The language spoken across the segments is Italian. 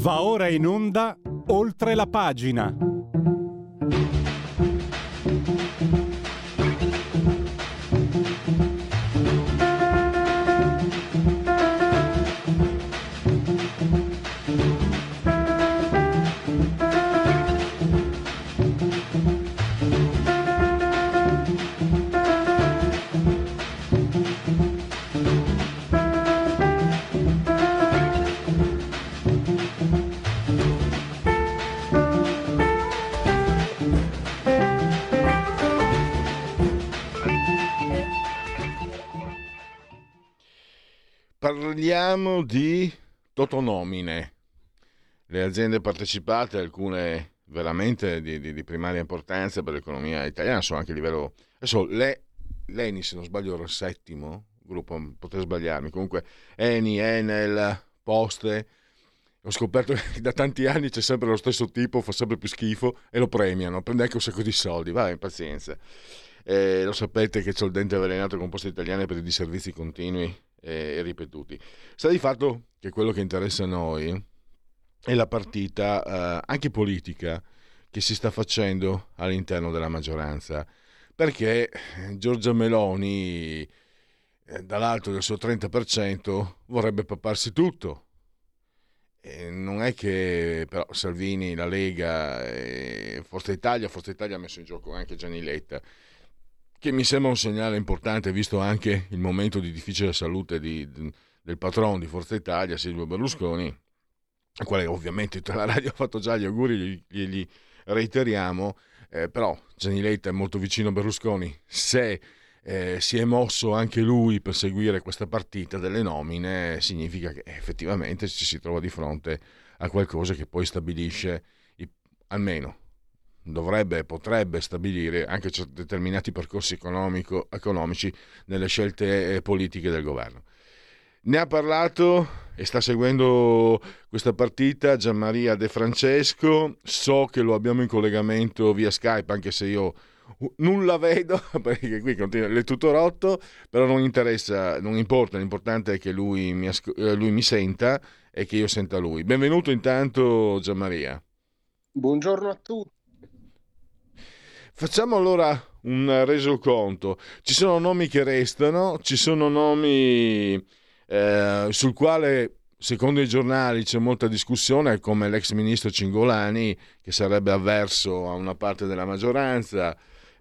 Va ora in onda Oltre la pagina. Parliamo di totonomine, le aziende partecipate, alcune veramente di primaria importanza per l'economia italiana, sono anche a livello... Adesso l'ENI, se non sbaglio, era il settimo gruppo, potrei sbagliarmi, comunque ENI, Enel, Poste, ho scoperto che da tanti anni c'è sempre lo stesso tipo, fa sempre più schifo e lo premiano, prende anche un sacco di soldi, vai, pazienza. Lo sapete che c'ho il dente avvelenato con Poste Italiane per i disservizi continui e ripetuti. Sta di fatto che quello che interessa a noi è la partita anche politica che si sta facendo all'interno della maggioranza, perché Giorgia Meloni dall'alto del suo 30% vorrebbe papparsi tutto. Non è che però Salvini, la Lega e Forza Italia ha messo in gioco anche Gianni Letta, che mi sembra un segnale importante visto anche il momento di difficile salute del patron di Forza Italia, Silvio Berlusconi, al quale ovviamente tutta la radio ha fatto già gli auguri, glieli reiteriamo, però Gianni Letta è molto vicino a Berlusconi, se si è mosso anche lui per seguire questa partita delle nomine, significa che effettivamente ci si trova di fronte a qualcosa che poi stabilisce almeno potrebbe stabilire anche determinati percorsi economici nelle scelte politiche del governo. Ne ha parlato e sta seguendo questa partita Gianmaria De Francesco, so che lo abbiamo in collegamento via Skype, anche se io non la vedo perché qui continua, è tutto rotto, però non interessa, non importa, l'importante è che lui mi senta e che io senta lui. Benvenuto intanto Gianmaria. Buongiorno a tutti. Facciamo allora un resoconto. Ci sono nomi che restano, ci sono nomi sul quale, secondo i giornali, c'è molta discussione, come l'ex ministro Cingolani, che sarebbe avverso a una parte della maggioranza.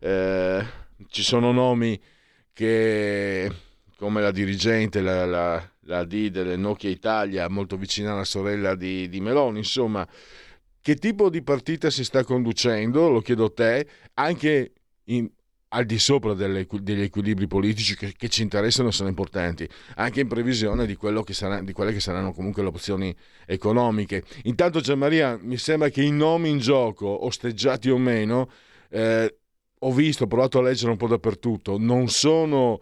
Ci sono nomi che, come la dirigente, la D delle Nokia Italia, molto vicina alla sorella di Meloni, insomma. Che tipo di partita si sta conducendo? Lo chiedo a te, anche al di sopra degli equilibri politici che ci interessano, sono importanti, anche in previsione di quelle che saranno comunque le opzioni economiche. Intanto Gianmaria, mi sembra che i nomi in gioco, osteggiati o meno, ho provato a leggere un po' dappertutto, non sono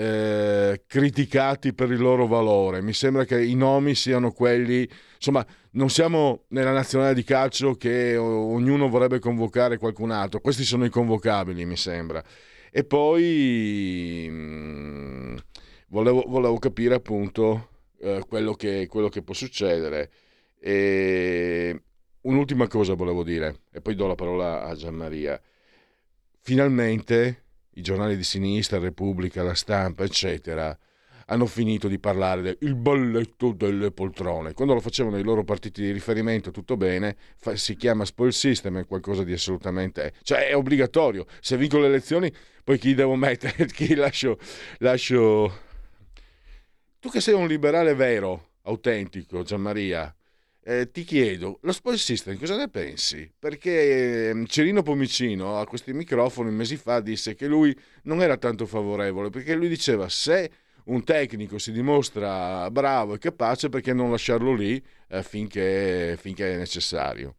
criticati per il loro valore. Mi sembra che i nomi siano quelli, insomma, non siamo nella nazionale di calcio che ognuno vorrebbe convocare qualcun altro, questi sono i convocabili, mi sembra. E poi volevo capire appunto quello che può succedere. E un'ultima cosa volevo dire e poi do la parola a Gianmaria. Finalmente i giornali di sinistra, Repubblica, La Stampa, eccetera, hanno finito di parlare del balletto delle poltrone. Quando lo facevano i loro partiti di riferimento, tutto bene, si chiama spoil system, è qualcosa di assolutamente... Cioè è obbligatorio, se vinco le elezioni, poi chi devo mettere? Chi lascio... Tu che sei un liberale vero, autentico, Gianmaria, ti chiedo, lo spoil system cosa ne pensi? Perché Cirino Pomicino a questi microfoni mesi fa disse che lui non era tanto favorevole, perché lui diceva se un tecnico si dimostra bravo e capace, perché non lasciarlo lì finché è necessario?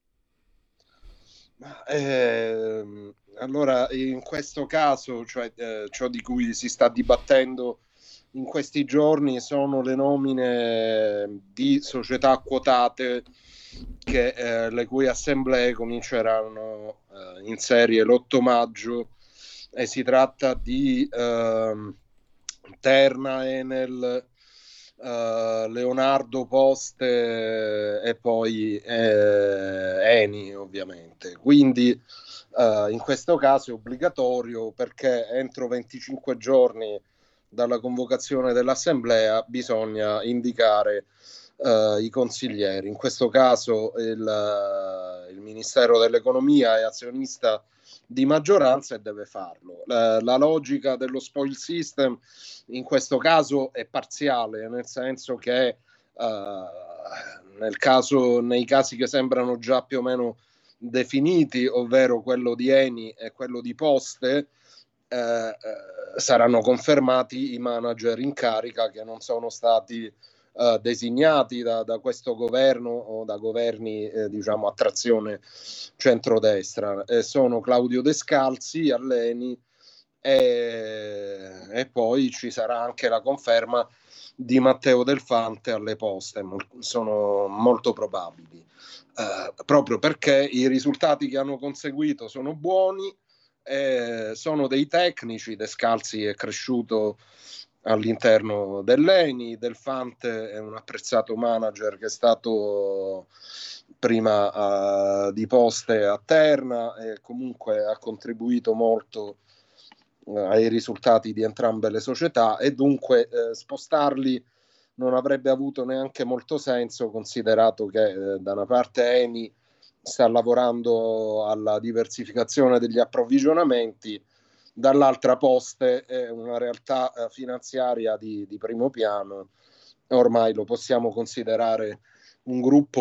Allora, in questo caso, cioè ciò di cui si sta dibattendo in questi giorni sono le nomine di società quotate le cui assemblee cominceranno in serie l'8 maggio e si tratta di Terna, Enel, Leonardo, Poste e poi Eni, ovviamente. Quindi in questo caso è obbligatorio, perché entro 25 giorni dalla convocazione dell'assemblea bisogna indicare i consiglieri. In questo caso il Ministero dell'Economia è azionista di maggioranza e deve farlo. La logica dello spoil system in questo caso è parziale, nel senso che nei casi che sembrano già più o meno definiti, ovvero quello di Eni e quello di Poste, saranno confermati i manager in carica che non sono stati designati da questo governo o da governi diciamo a trazione centrodestra. Sono Claudio Descalzi all'Eni e poi ci sarà anche la conferma di Matteo Delfante alle Poste, sono molto probabili, proprio perché i risultati che hanno conseguito sono buoni, sono dei tecnici. Descalzi è cresciuto all'interno dell'Eni, Delfante è un apprezzato manager che è stato prima di Poste a Terna e comunque ha contribuito molto ai risultati di entrambe le società, e dunque spostarli non avrebbe avuto neanche molto senso, considerato che da una parte Eni sta lavorando alla diversificazione degli approvvigionamenti, dall'altra Poste è una realtà finanziaria di primo piano, ormai lo possiamo considerare un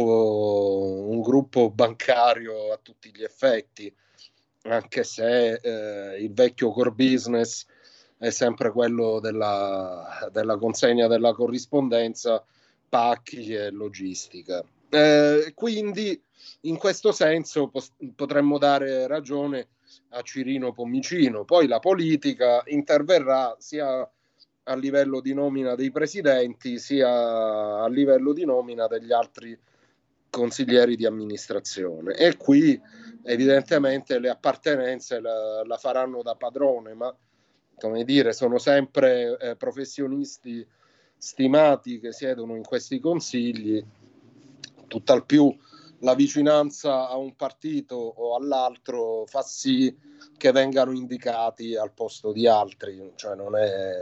gruppo bancario a tutti gli effetti, anche se il vecchio core business è sempre quello della consegna della corrispondenza, pacchi e logistica. Quindi in questo senso potremmo dare ragione a Cirino Pomicino. Poi la politica interverrà sia a livello di nomina dei presidenti sia a livello di nomina degli altri consiglieri di amministrazione, e qui evidentemente le appartenenze la faranno da padrone, ma come dire, sono sempre professionisti stimati che siedono in questi consigli, tutt'al più la vicinanza a un partito o all'altro fa sì che vengano indicati al posto di altri, cioè non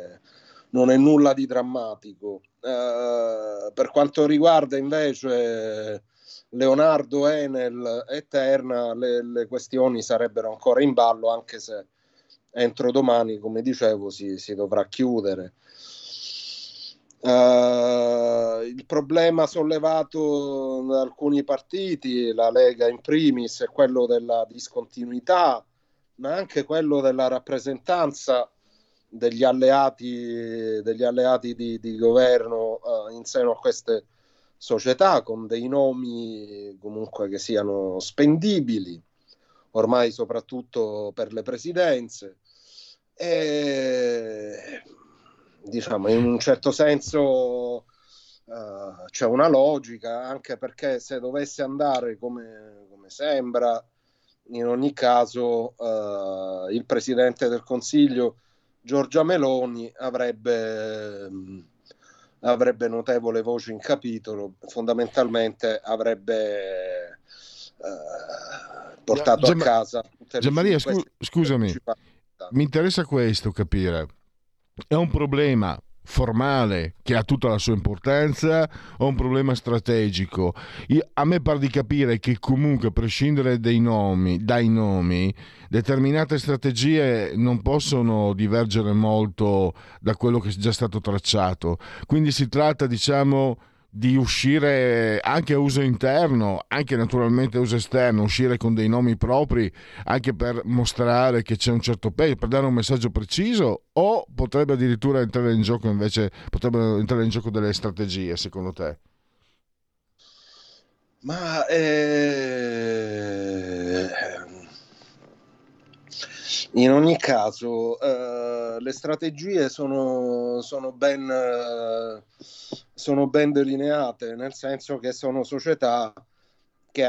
è nulla di drammatico. Per quanto riguarda invece Leonardo, Enel e Terna, le questioni sarebbero ancora in ballo, anche se entro domani, come dicevo, si dovrà chiudere. Il problema sollevato da alcuni partiti, la Lega in primis, è quello della discontinuità, ma anche quello della rappresentanza degli alleati di governo in seno a queste società, con dei nomi comunque che siano spendibili, ormai soprattutto per le presidenze. E diciamo in un certo senso c'è una logica, anche perché se dovesse andare come sembra, in ogni caso il Presidente del Consiglio Giorgia Meloni avrebbe notevole voce in capitolo, fondamentalmente avrebbe portato a casa tutte le Gianmaria, scusami, principali. mi interessa questo capire. È un problema formale che ha tutta la sua importanza o un problema strategico? A me pare di capire che comunque, a prescindere dai nomi, determinate strategie non possono divergere molto da quello che è già stato tracciato. Quindi si tratta, diciamo, di uscire anche a uso interno, anche naturalmente a uso esterno, uscire con dei nomi propri, anche per mostrare che c'è un certo peso, per dare un messaggio preciso, o potrebbe addirittura entrare in gioco invece, potrebbero entrare in gioco delle strategie, secondo te? Ma in ogni caso le strategie sono ben delineate, nel senso che sono società che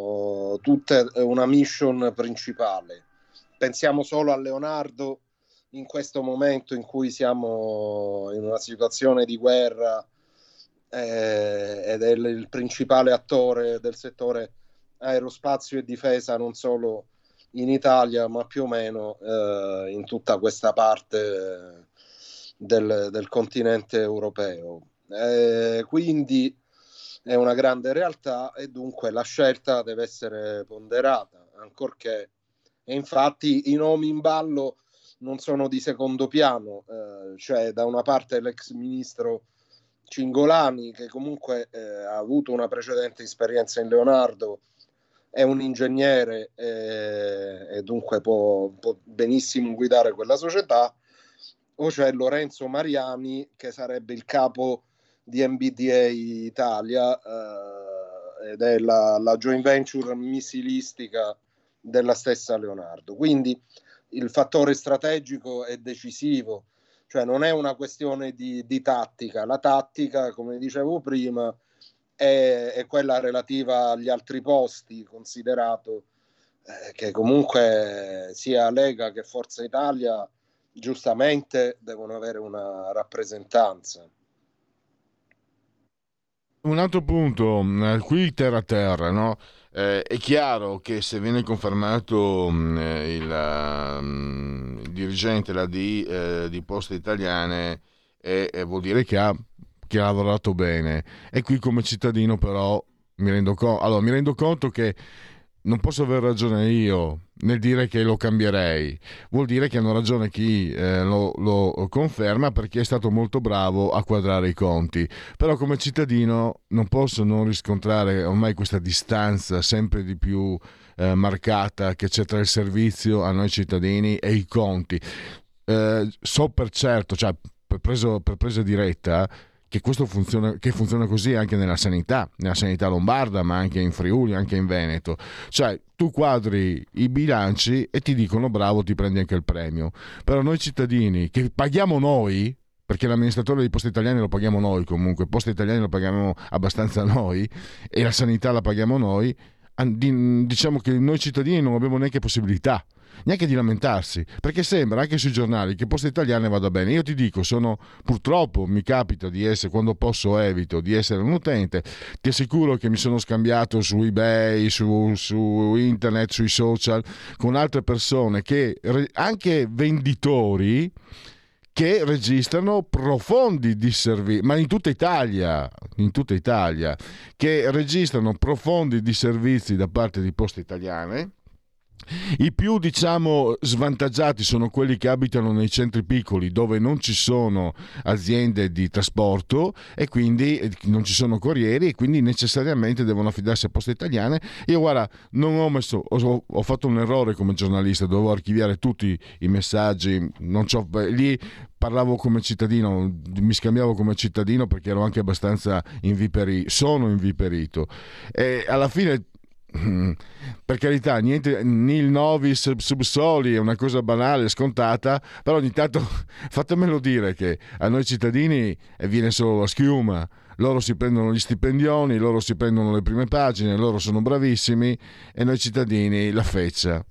hanno tutte una mission principale. Pensiamo solo a Leonardo, in questo momento in cui siamo in una situazione di guerra ed è il principale attore del settore aerospazio e difesa non solo in Italia ma più o meno in tutta questa parte del continente europeo. Quindi è una grande realtà e dunque la scelta deve essere ponderata, ancorché, e infatti i nomi in ballo non sono di secondo piano, cioè da una parte l'ex ministro Cingolani, che comunque ha avuto una precedente esperienza in Leonardo, è un ingegnere e dunque può benissimo guidare quella società, o c'è Lorenzo Mariani, che sarebbe il capo di MBDA Italia ed è la joint venture missilistica della stessa Leonardo. Quindi il fattore strategico è decisivo, cioè non è una questione di tattica. La tattica, come dicevo prima, è quella relativa agli altri posti, considerato che comunque sia Lega che Forza Italia giustamente devono avere una rappresentanza. Un altro punto, qui terra a terra, no? È chiaro che se viene confermato il dirigente, la D di Poste Italiane, vuol dire che ha lavorato bene. E qui come cittadino però mi rendo conto che non posso aver ragione io nel dire che lo cambierei. Vuol dire che hanno ragione chi lo conferma, perché è stato molto bravo a quadrare i conti. Però come cittadino non posso non riscontrare ormai questa distanza sempre di più marcata che c'è tra il servizio a noi cittadini e i conti. So per certo, cioè per presa diretta, che questo funziona così anche nella sanità lombarda, ma anche in Friuli, anche in Veneto. Cioè, tu quadri i bilanci e ti dicono bravo, ti prendi anche il premio. Però noi cittadini, che paghiamo noi, perché l'amministratore di Poste Italiane lo paghiamo noi comunque, Poste Italiane lo paghiamo abbastanza noi e la sanità la paghiamo noi, diciamo che noi cittadini non abbiamo neanche possibilità neanche di lamentarsi, perché sembra anche sui giornali che Poste Italiane vada bene. Io ti dico, purtroppo mi capita di essere, quando posso evito di essere un utente, ti assicuro che mi sono scambiato su eBay, su internet, sui social, con altre persone, anche venditori, che registrano profondi disservizi, ma in tutta Italia, che registrano profondi disservizi da parte di Poste Italiane. I più, diciamo, svantaggiati sono quelli che abitano nei centri piccoli, dove non ci sono aziende di trasporto e quindi non ci sono corrieri, e quindi necessariamente devono affidarsi a Poste Italiane. Io, guarda, non ho messo, ho fatto un errore come giornalista, dovevo archiviare tutti i messaggi, lì parlavo come cittadino, mi scambiavo come cittadino perché ero anche abbastanza sono inviperito, e alla fine, per carità, niente nil novis sub soli, è una cosa banale, scontata, però ogni tanto fatemelo dire che a noi cittadini viene solo la schiuma. Loro si prendono gli stipendioni, loro si prendono le prime pagine, loro sono bravissimi, e noi cittadini la feccia.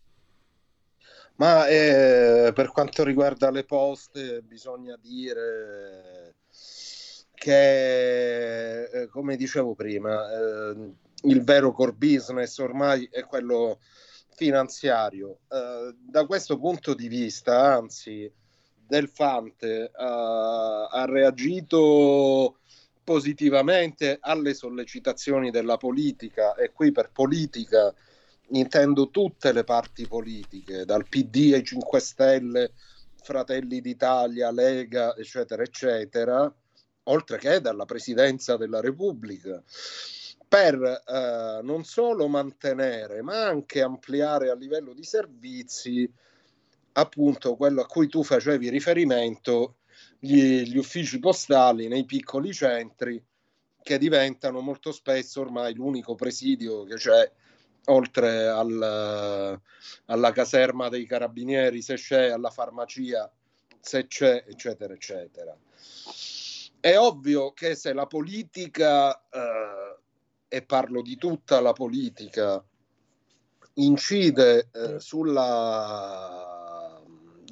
Ma per quanto riguarda le poste, bisogna dire che, come dicevo prima, il vero core business ormai è quello finanziario. Da questo punto di vista, anzi, Del Fante ha reagito positivamente alle sollecitazioni della politica, e qui per politica intendo tutte le parti politiche, dal PD ai 5 Stelle, Fratelli d'Italia, Lega, eccetera, eccetera, oltre che dalla Presidenza della Repubblica, per non solo mantenere, ma anche ampliare a livello di servizi, appunto quello a cui tu facevi riferimento, gli uffici postali nei piccoli centri, che diventano molto spesso ormai l'unico presidio che c'è, oltre alla caserma dei carabinieri se c'è, alla farmacia se c'è, eccetera, eccetera. È ovvio che se la politica, e parlo di tutta la politica, incide sulla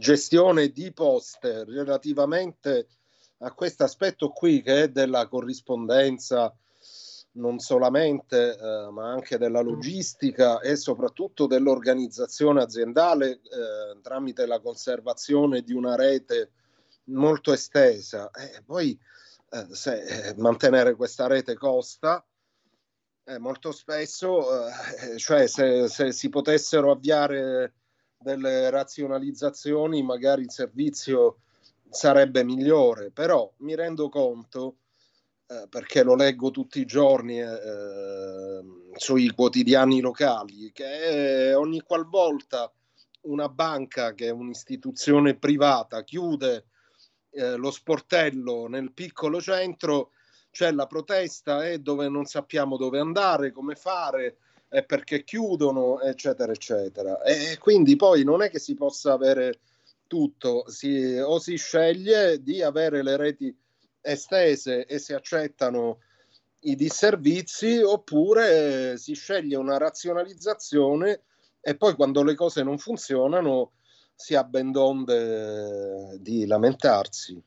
gestione di poste relativamente a questo aspetto qui, che è della corrispondenza non solamente ma anche della logistica e soprattutto dell'organizzazione aziendale tramite la conservazione di una rete molto estesa. Poi se mantenere questa rete costa, molto spesso, cioè se si potessero avviare delle razionalizzazioni, magari il servizio sarebbe migliore, però mi rendo conto, perché lo leggo tutti i giorni sui quotidiani locali, che ogni qualvolta una banca, che è un'istituzione privata, chiude lo sportello nel piccolo centro, c'è la protesta e dove non sappiamo dove andare, come fare, perché chiudono, eccetera eccetera. E quindi poi non è che si possa avere tutto, o si sceglie di avere le reti estese e si accettano i disservizi, oppure si sceglie una razionalizzazione e poi quando le cose non funzionano si ha ben donde di lamentarsi.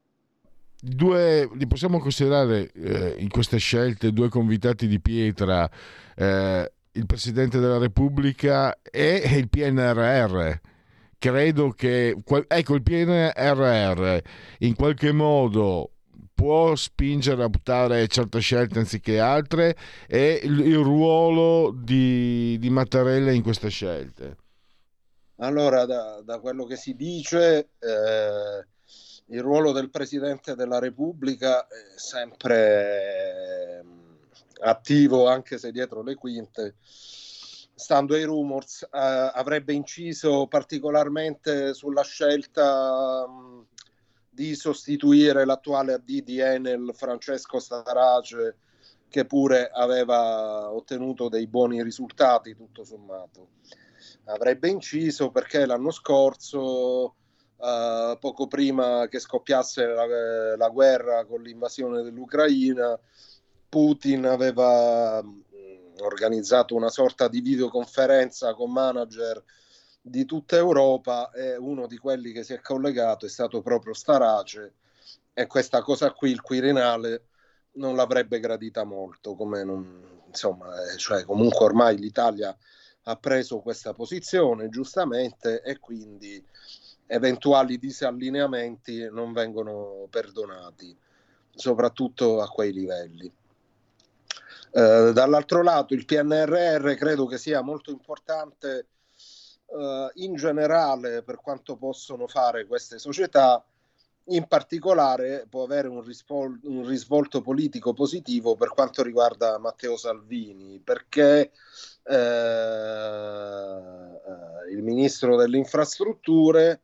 Li possiamo considerare in queste scelte due convitati di pietra, il Presidente della Repubblica e il PNRR. Credo che il PNRR in qualche modo può spingere a buttare certe scelte anziché altre, e il ruolo di Mattarella in queste scelte. Allora, da quello che si dice, il ruolo del Presidente della Repubblica è sempre attivo, anche se dietro le quinte. Stando ai rumors, avrebbe inciso particolarmente sulla scelta di sostituire l'attuale AD di Enel, Francesco Starace, che pure aveva ottenuto dei buoni risultati tutto sommato. Avrebbe inciso perché l'anno scorso, poco prima che scoppiasse la guerra con l'invasione dell'Ucraina, Putin aveva organizzato una sorta di videoconferenza con manager di tutta Europa e uno di quelli che si è collegato è stato proprio Starace, e questa cosa qui il Quirinale non l'avrebbe gradita molto, cioè comunque ormai l'Italia ha preso questa posizione giustamente, e quindi eventuali disallineamenti non vengono perdonati, soprattutto a quei livelli. Dall'altro lato il PNRR credo che sia molto importante in generale per quanto possono fare queste società, in particolare può avere un risvolto politico positivo per quanto riguarda Matteo Salvini, perché il ministro delle infrastrutture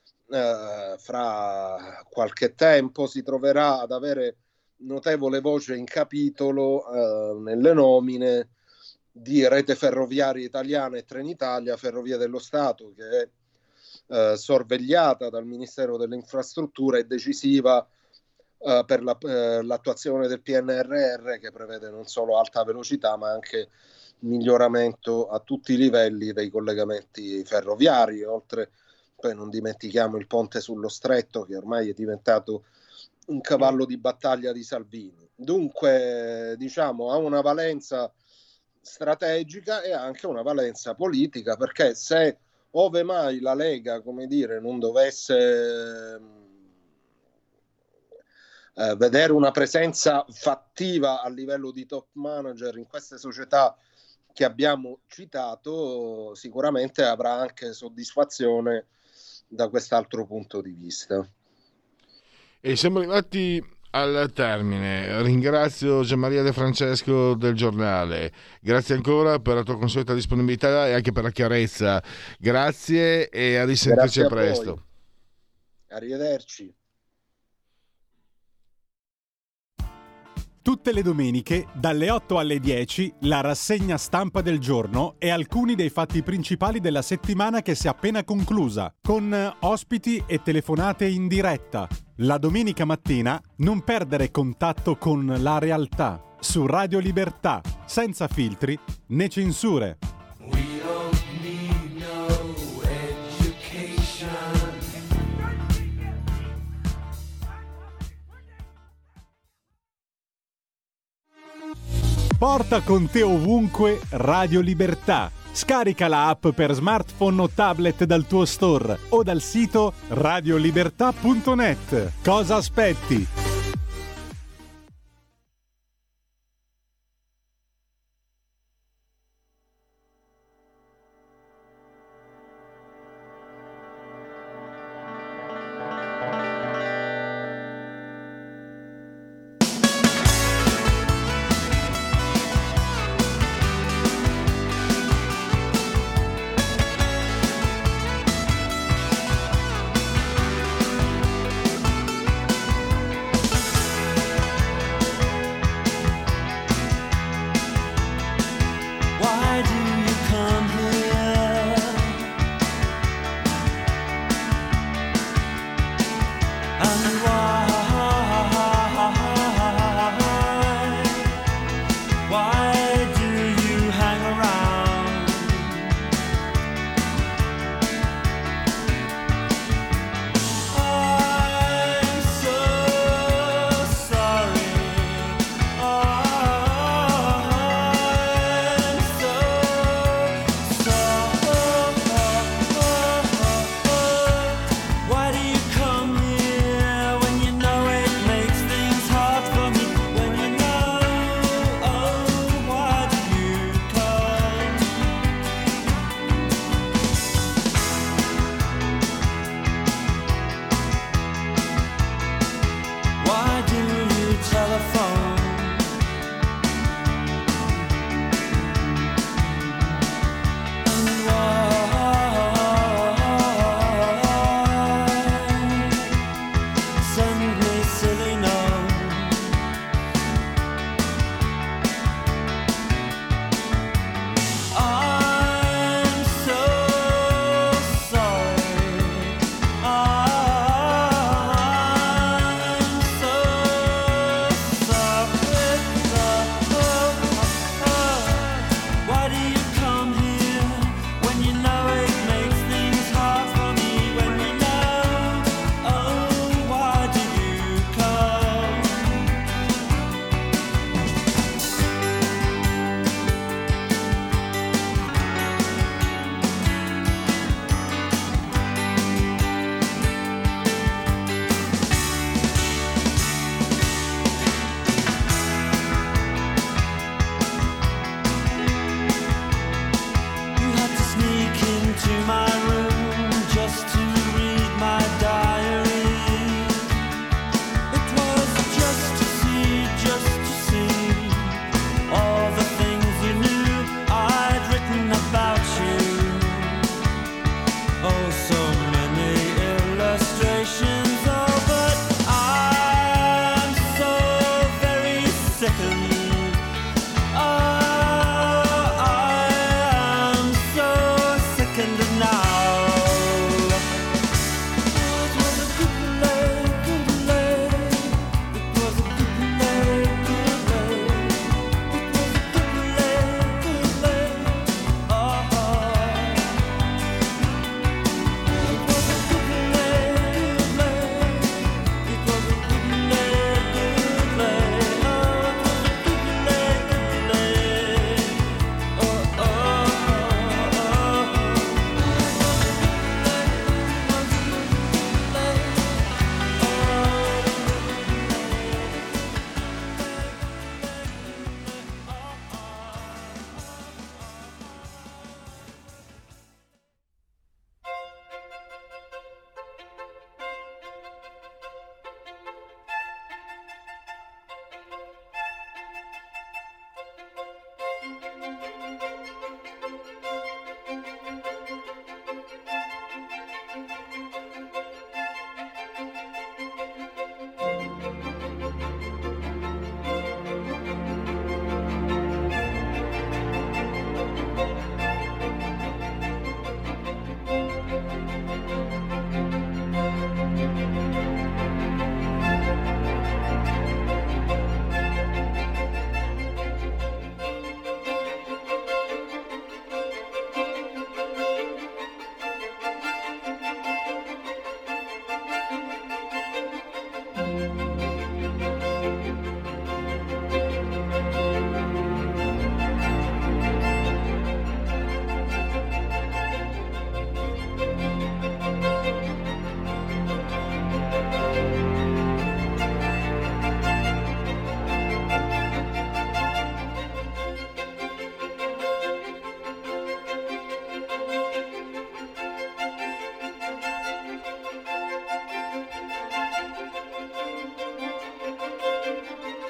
fra qualche tempo si troverà ad avere notevole voce in capitolo nelle nomine di Rete Ferroviaria Italiana e Trenitalia, Ferrovie dello Stato, che è sorvegliata dal Ministero delle Infrastrutture e decisiva per l'attuazione del PNRR, che prevede non solo alta velocità ma anche miglioramento a tutti i livelli dei collegamenti ferroviari. Oltre, poi non dimentichiamo il ponte sullo Stretto, che ormai è diventato un cavallo di battaglia di Salvini. Dunque, diciamo, ha una valenza strategica e anche una valenza politica, perché se ove mai la Lega, come dire, non dovesse vedere una presenza fattiva a livello di top manager in queste società che abbiamo citato, sicuramente avrà anche soddisfazione da quest'altro punto di vista. E siamo arrivati al termine. Ringrazio Gianmaria De Francesco del Giornale, grazie ancora per la tua consueta disponibilità e anche per la chiarezza. Grazie e a risentirci presto. Voi. Arrivederci. Tutte le domeniche, dalle 8 alle 10, la rassegna stampa del giorno e alcuni dei fatti principali della settimana che si è appena conclusa, con ospiti e telefonate in diretta. La domenica mattina non perdere contatto con la realtà su Radio Libertà, senza filtri né censure. We don't need no education. Porta con te ovunque Radio Libertà. Scarica la app per smartphone o tablet dal tuo store o dal sito radiolibertà.net. Cosa aspetti?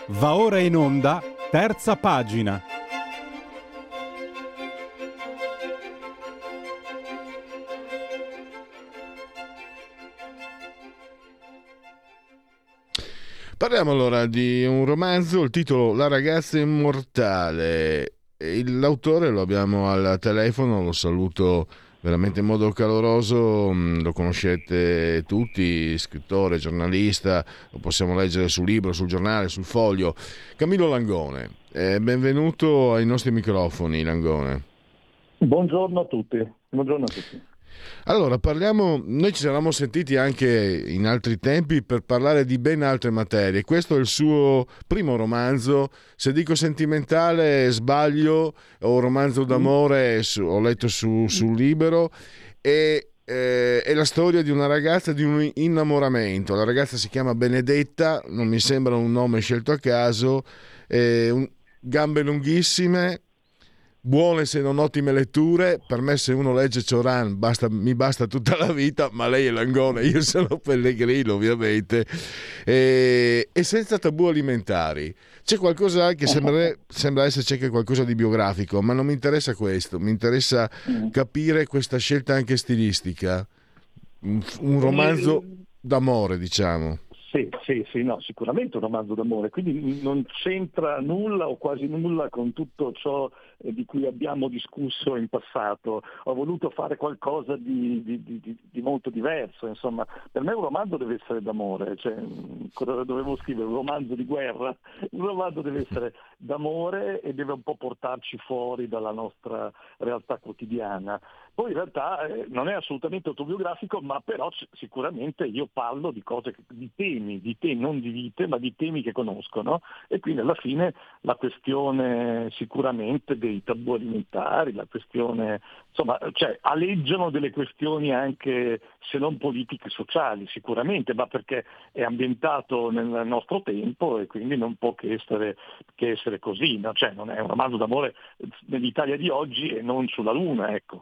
Va ora in onda, terza pagina. Parliamo allora di un romanzo, il titolo La ragazza immortale. L'autore lo abbiamo al telefono, lo saluto veramente in modo caloroso, lo conoscete tutti, scrittore, giornalista, lo possiamo leggere sul libro, sul giornale, sul Foglio. Camillo Langone, benvenuto ai nostri microfoni, Langone. Buongiorno a tutti. Buongiorno a tutti. Allora, noi ci eravamo sentiti anche in altri tempi per parlare di ben altre materie. Questo è il suo primo romanzo, se dico sentimentale sbaglio, o romanzo d'amore, ho letto sul Libero, e è la storia di una ragazza, di un innamoramento. La ragazza si chiama Benedetta, non mi sembra un nome scelto a caso, gambe lunghissime, buone se non ottime letture. Per me, se uno legge Cioran mi basta tutta la vita, ma lei è Langone, io sono Pellegrino ovviamente, e senza tabù alimentari. C'è qualcosa che sembra esserci anche qualcosa di biografico, ma non mi interessa questo, mi interessa capire questa scelta anche stilistica, un romanzo d'amore, diciamo. Sì, no, sicuramente un romanzo d'amore, quindi non c'entra nulla o quasi nulla con tutto ciò di cui abbiamo discusso in passato. Ho voluto fare qualcosa di molto diverso, insomma. Per me un romanzo deve essere d'amore, cioè, cosa dovevo scrivere? Un romanzo di guerra? Un romanzo deve essere d'amore e deve un po' portarci fuori dalla nostra realtà quotidiana. Poi in realtà non è assolutamente autobiografico, ma però sicuramente io parlo di cose, di temi, non di vite, ma di temi che conoscono, e quindi alla fine la questione sicuramente dei tabù alimentari, la questione, insomma, cioè aleggiano delle questioni anche, se non politiche, sociali sicuramente, ma perché è ambientato nel nostro tempo e quindi non può che essere così, no? Cioè non è un romanzo d'amore nell'Italia di oggi e non sulla Luna, ecco.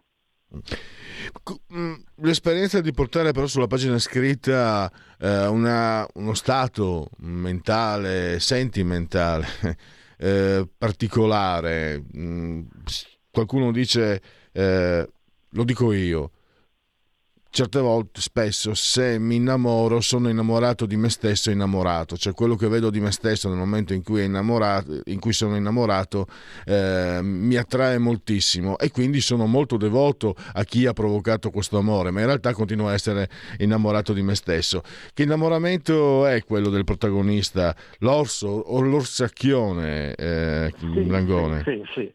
L'esperienza di portare però sulla pagina scritta uno stato mentale, sentimentale particolare, qualcuno dice, lo dico io, certe volte, spesso, se mi innamoro sono innamorato di me stesso innamorato, cioè quello che vedo di me stesso nel momento in cui sono innamorato mi attrae moltissimo, e quindi sono molto devoto a chi ha provocato questo amore, ma in realtà continuo a essere innamorato di me stesso. Che innamoramento è quello del protagonista, l'orso o l'orsacchione, Langone? Sì.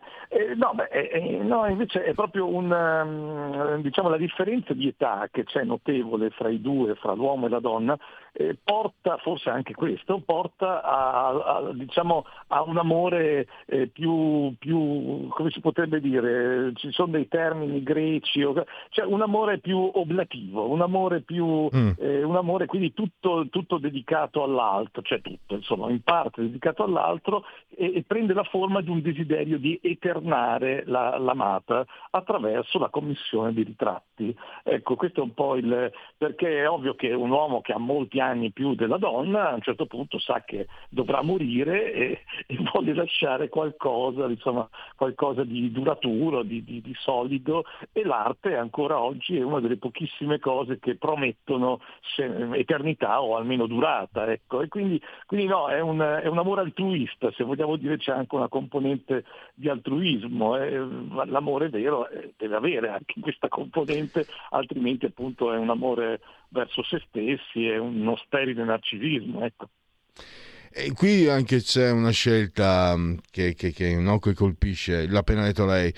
No, invece è proprio diciamo, la differenza di età che c'è notevole fra i due, fra l'uomo e la donna, porta, forse anche questo, porta diciamo, a un amore più, come si potrebbe dire, ci sono dei termini greci, cioè un amore più oblativo, un amore più, un amore quindi tutto dedicato all'altro, cioè tutto, insomma, in parte dedicato all'altro, e prende la forma di un desiderio di eternare l'amata attraverso la commissione di ritratti. Ecco, questo è un po' perché è ovvio che un uomo che ha molti anni più della donna a un certo punto sa che dovrà morire e vuole lasciare qualcosa, insomma, qualcosa di duraturo, di solido, e l'arte ancora oggi è una delle pochissime cose che promettono eternità o almeno durata, ecco. E quindi no, è un amore altruista, se vogliamo dire c'è anche una componente di altruismo, l'amore vero deve avere anche questa componente, altrimenti appunto è un amore verso se stessi, è uno sterile narcisismo, ecco. E qui anche c'è una scelta che colpisce, l'ha appena detto lei,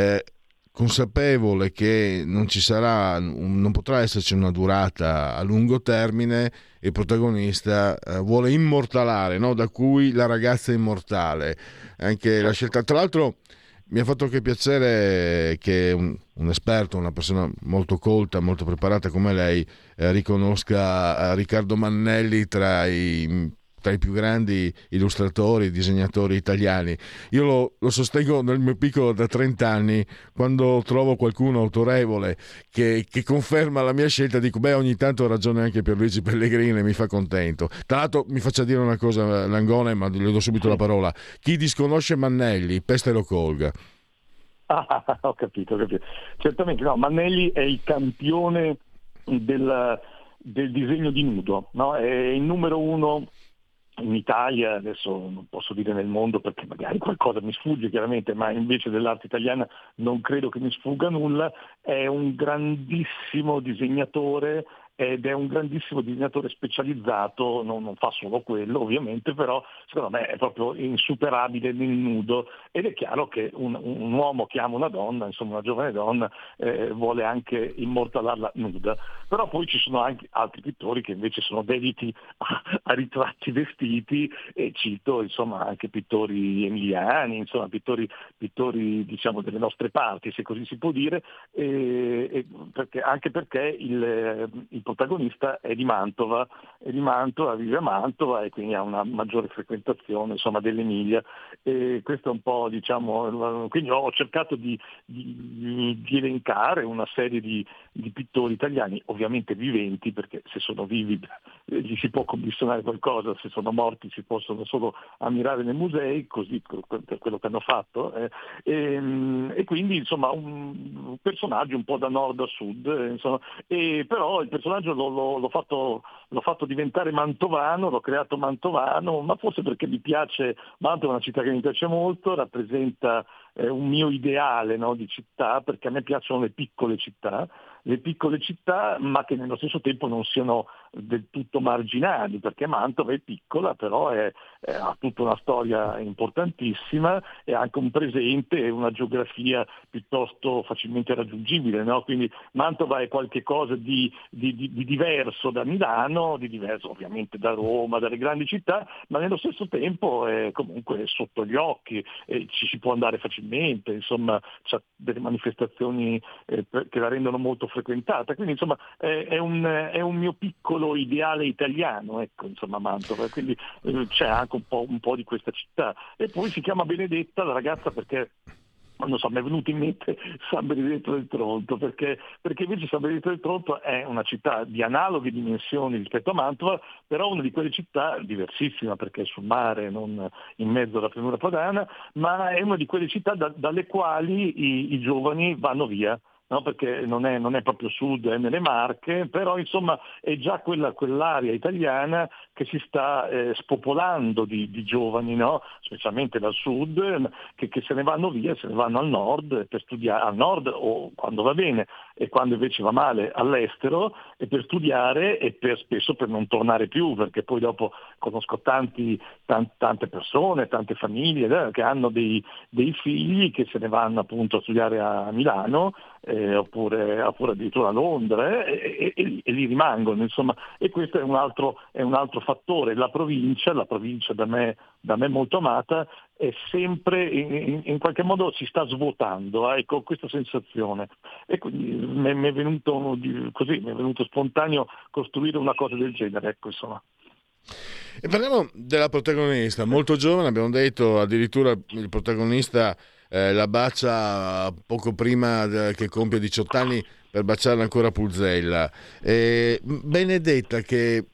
consapevole che non potrà esserci una durata a lungo termine, il protagonista vuole immortalare, no? Da cui la ragazza immortale. Anche la scelta, tra l'altro, mi ha fatto che piacere che un esperto, una persona molto colta, molto preparata come lei, riconosca Riccardo Mannelli tra tra i più grandi illustratori, disegnatori italiani. Io lo sostengo nel mio piccolo da 30 anni, quando trovo qualcuno autorevole che conferma la mia scelta, dico ogni tanto ha ragione anche Pierluigi Pellegrini, mi fa contento. Tra l'altro mi faccia dire una cosa, Langone, ma gli do subito la parola: chi disconosce Mannelli, peste lo colga. Ho capito. Certamente no, Mannelli è il campione del disegno di nudo, no? È il numero uno in Italia, adesso non posso dire nel mondo perché magari qualcosa mi sfugge chiaramente, ma invece dell'arte italiana non credo che mi sfugga nulla. È un grandissimo disegnatore ed è un grandissimo disegnatore specializzato, non fa solo quello ovviamente, però secondo me è proprio insuperabile nel nudo, ed è chiaro che un uomo che ama una donna, insomma una giovane donna, vuole anche immortalarla nuda. Però poi ci sono anche altri pittori che invece sono dediti a ritratti vestiti, e cito insomma anche pittori emiliani, insomma pittori diciamo delle nostre parti, se così si può dire, anche perché il protagonista è di Mantova, vive a Mantova e quindi ha una maggiore frequentazione insomma dell'Emilia, e questo è un po' diciamo, quindi ho cercato di elencare una serie di pittori italiani, ovviamente viventi, perché se sono vivi gli si può commissionare qualcosa, se sono morti si possono solo ammirare nei musei, così per quello che hanno fatto, e quindi insomma un personaggio un po' da nord a sud, insomma, però il personaggio l'ho fatto diventare mantovano, l'ho creato mantovano, ma forse perché mi piace, Mantova è una città che mi piace molto, rappresenta un mio ideale, no, di città, perché a me piacciono le piccole città, ma che nello stesso tempo non siano del tutto marginali, perché Mantova è piccola, però ha tutta una storia importantissima e anche un presente e una geografia piuttosto facilmente raggiungibile, no? Quindi Mantova è qualche cosa di diverso da Milano, di diverso ovviamente da Roma, dalle grandi città, ma nello stesso tempo è comunque sotto gli occhi, ci si può andare facilmente, insomma c'ha delle manifestazioni che la rendono molto frequentata, quindi insomma è un mio piccolo ideale italiano, ecco, insomma Mantova, quindi c'è anche un po' di questa città. E poi si chiama Benedetta la ragazza perché non so, mi è venuto in mente San Benedetto del Tronto, perché invece San Benedetto del Tronto è una città di analoghe dimensioni rispetto a Mantova, però una di quelle città diversissima, perché è sul mare, non in mezzo alla pianura padana, ma è una di quelle città dalle quali i giovani vanno via. No, perché non è proprio sud, è nelle Marche, però insomma è già quell'area italiana che si sta spopolando di giovani, no? Specialmente dal sud, che se ne vanno via, se ne vanno al nord per studiare, al nord o quando va bene, e quando invece va male all'estero, e per studiare e spesso per non tornare più, perché poi dopo conosco tante persone, tante famiglie che hanno dei figli che se ne vanno appunto a studiare a Milano, oppure addirittura a Londra, e lì rimangono, insomma, e questo è un altro fattore. La provincia da me molto amata, è sempre in qualche modo si sta svuotando, ecco, questa sensazione, e quindi mi è venuto spontaneo costruire una cosa del genere, ecco, insomma. E parliamo della protagonista, molto giovane, abbiamo detto, addirittura il protagonista la bacia poco prima che compia 18 anni, per baciarla ancora Pulzella. Benedetta, che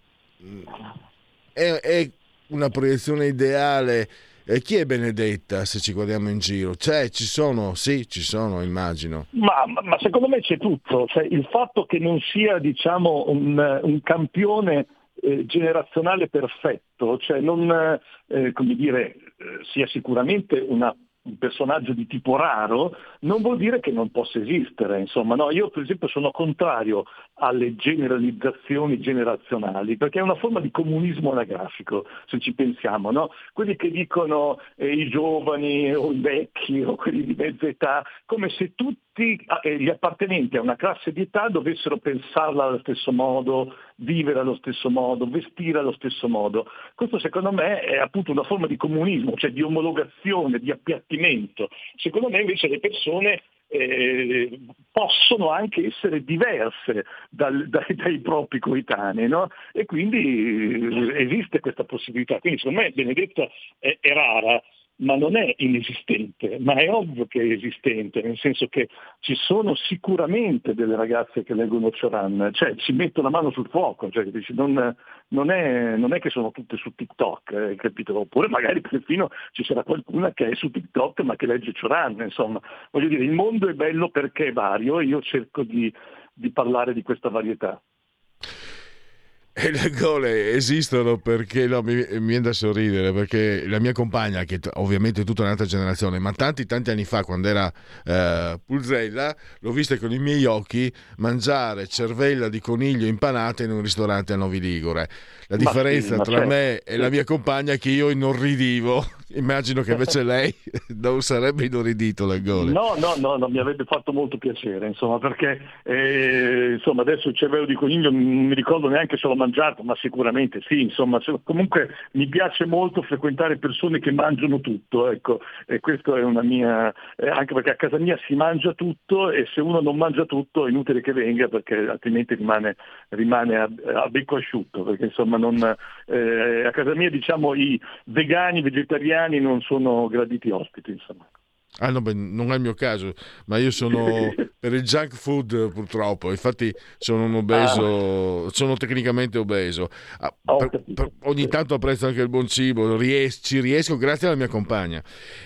è una proiezione ideale. Chi è Benedetta, se ci guardiamo in giro? Ci sono, immagino. Ma secondo me c'è tutto, cioè, il fatto che non sia, diciamo, un campione generazionale perfetto, cioè non come dire, sia sicuramente un personaggio di tipo raro, non vuol dire che non possa esistere, insomma, no? Io per esempio sono contrario alle generalizzazioni generazionali, perché è una forma di comunismo anagrafico, se ci pensiamo, no? Quelli che dicono i giovani o i vecchi o quelli di mezza età, come se tutti gli appartenenti a una classe di età dovessero pensarla allo stesso modo, vivere allo stesso modo, vestire allo stesso modo. Questo secondo me è appunto una forma di comunismo, cioè di omologazione, di appiattimento. Secondo me invece le persone possono anche essere diverse dai propri coetanei, no? E quindi esiste questa possibilità. Quindi secondo me Benedetta è rara, ma non è inesistente, ma è ovvio che è esistente, nel senso che ci sono sicuramente delle ragazze che leggono Cioran, cioè ci metto la mano sul fuoco, cioè, non è che sono tutte su TikTok, capito? Oppure magari perfino ci sarà qualcuna che è su TikTok ma che legge Cioran, insomma. Voglio dire, il mondo è bello perché è vario e io cerco di parlare di questa varietà. E le gole esistono perché mi viene da sorridere, perché la mia compagna, che ovviamente è tutta un'altra generazione, ma tanti anni fa, quando era Pulzella, l'ho vista con i miei occhi mangiare cervella di coniglio impanata in un ristorante a Novi Ligure. La differenza tra me e la mia compagna è che io inorridivo. Immagino che invece lei non sarebbe inorridito le gole. No, mi avrebbe fatto molto piacere, insomma, perché insomma adesso il cervello di coniglio non mi ricordo neanche se l'ho mangiato, ma sicuramente sì, insomma, comunque mi piace molto frequentare persone che mangiano tutto, ecco, e questo è una mia, anche perché a casa mia si mangia tutto e se uno non mangia tutto è inutile che venga, perché altrimenti rimane a becco asciutto, perché insomma a casa mia, diciamo, i vegani, vegetariani non sono graditi ospiti, insomma. Ah no, beh, non è il mio caso, ma io sono per il junk food purtroppo, infatti sono un obeso, sono tecnicamente obeso. Ogni tanto apprezzo anche il buon cibo, ci riesco grazie alla mia compagna.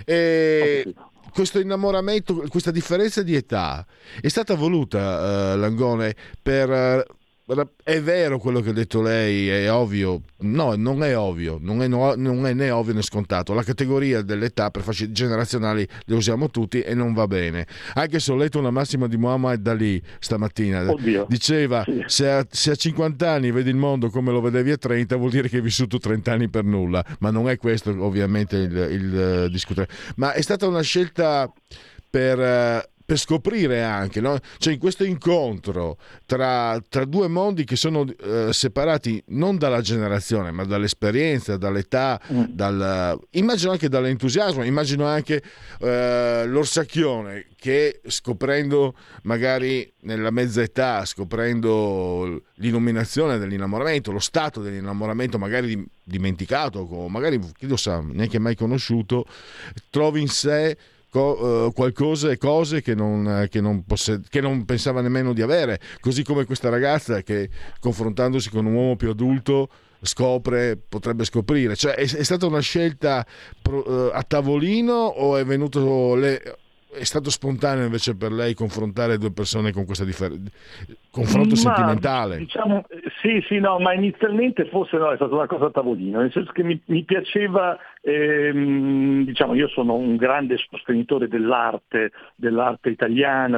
Questo innamoramento, questa differenza di età è stata voluta, Langone, è vero quello che ha detto lei, è ovvio? No, non è ovvio, non è né ovvio né scontato. La categoria dell'età per fasce generazionali le usiamo tutti e non va bene. Anche se ho letto una massima di Muhammad Ali stamattina. Oddio. Diceva, sì. se a 50 anni vedi il mondo come lo vedevi a 30, vuol dire che hai vissuto 30 anni per nulla. Ma non è questo ovviamente il discutere. Ma è stata una scelta per scoprire anche, no? Cioè in questo incontro tra due mondi che sono separati non dalla generazione ma dall'esperienza, dall'età, immagino anche dall'entusiasmo, immagino anche l'Orsacchione che scoprendo magari nella mezza età, scoprendo l'illuminazione dell'innamoramento, lo stato dell'innamoramento magari dimenticato o magari chi lo sa neanche mai conosciuto, trovi in sé qualcosa e cose che non pensava nemmeno di avere, così come questa ragazza che confrontandosi con un uomo più adulto potrebbe scoprire. Cioè è stata una scelta a tavolino o è stato spontaneo invece per lei confrontare due persone con questa confronto sentimentale? Diciamo, sì, no, ma inizialmente forse no, è stata una cosa a tavolino, nel senso che mi piaceva, diciamo, io sono un grande sostenitore dell'arte italiana,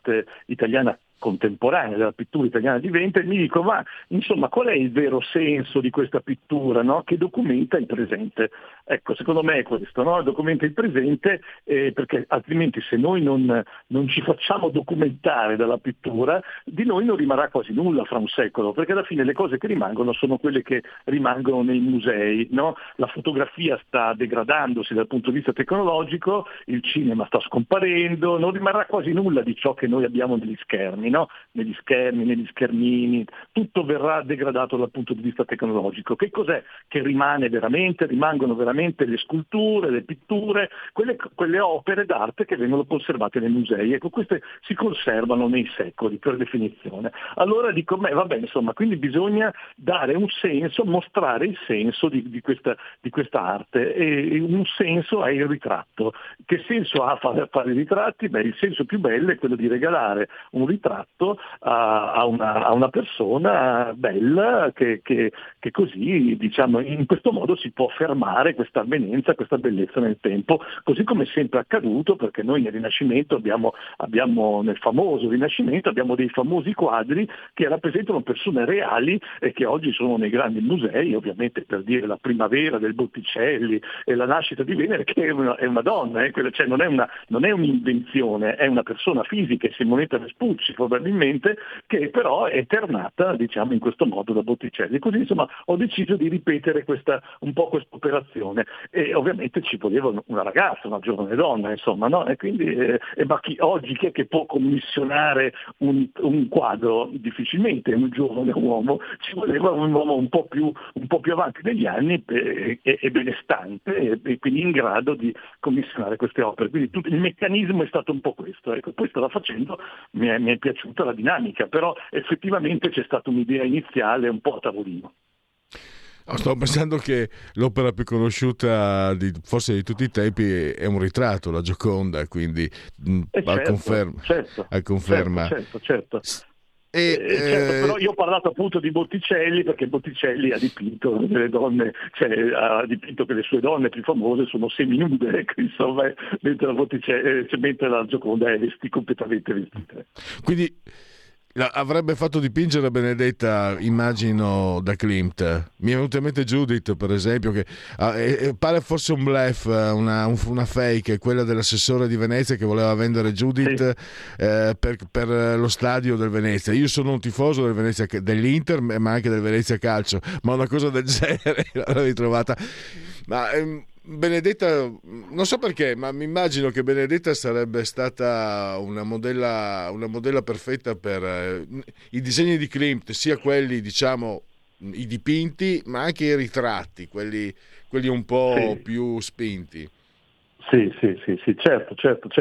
contemporanea, della pittura italiana di Venta, e mi dico, ma insomma qual è il vero senso di questa pittura, no? Che documenta il presente? Ecco, secondo me è questo, no? Documenta il presente, perché altrimenti se noi non ci facciamo documentare dalla pittura, di noi non rimarrà quasi nulla fra un secolo, perché alla fine le cose che rimangono sono quelle che rimangono nei musei, no? La fotografia sta degradandosi dal punto di vista tecnologico, il cinema sta scomparendo, non rimarrà quasi nulla di ciò che noi abbiamo negli schermi, no? Negli schermi, negli schermini, tutto verrà degradato dal punto di vista tecnologico. Che cos'è che rimane veramente? Rimangono veramente le sculture, le pitture, quelle opere d'arte che vengono conservate nei musei. Ecco, queste si conservano nei secoli, per definizione. Allora dico, va bene, insomma, quindi bisogna dare un senso, mostrare il senso di questa arte, e un senso è il ritratto. Che senso ha fare i ritratti? Beh, il senso più bello è quello di regalare un ritratto a una persona bella che così, diciamo, in questo modo si può fermare questa avvenenza, questa bellezza nel tempo, così come è sempre accaduto, perché noi nel Rinascimento abbiamo nel famoso Rinascimento abbiamo dei famosi quadri che rappresentano persone reali e che oggi sono nei grandi musei, ovviamente, per dire la primavera del Botticelli e la nascita di Venere, che è una donna, cioè non è un'invenzione, è una persona fisica, Simonetta Vespucci, probabilmente, che però è eternata, diciamo, in questo modo da Botticelli. Così, insomma, ho deciso di ripetere un po' questa operazione, e ovviamente ci voleva una ragazza, una giovane donna, insomma, no? E quindi ma oggi chi è che può commissionare un quadro? Difficilmente un giovane uomo, ci voleva un uomo un po' più avanti negli anni e benestante, e quindi in grado di commissionare queste opere. Quindi tutto il meccanismo è stato un po' questo. Ecco, poi stava facendo, mi è piaciuta la dinamica, però effettivamente c'è stata un'idea iniziale un po' a tavolino. Sto pensando che l'opera più conosciuta forse di tutti i tempi è un ritratto, la Gioconda, quindi conferma. Certo. Certo, però io ho parlato appunto di Botticelli, perché Botticelli ha dipinto delle donne, ha dipinto che le sue donne più famose sono seminude, ecco, insomma, mentre la Gioconda è completamente vestita. Quindi avrebbe fatto dipingere Benedetta, immagino, da Klimt. Mi è venuta in mente Judith, per esempio, che pare fosse un bluff, una fake, quella dell'assessore di Venezia che voleva vendere Judith, sì, per lo stadio del Venezia. Io sono un tifoso del Venezia, dell'Inter, ma anche del Venezia Calcio, ma una cosa del genere l'avrei trovata. Ma Benedetta, non so perché, ma mi immagino che Benedetta sarebbe stata una modella perfetta per i disegni di Klimt, sia quelli, diciamo, i dipinti, ma anche i ritratti, quelli un po' più spinti. Sì, certo.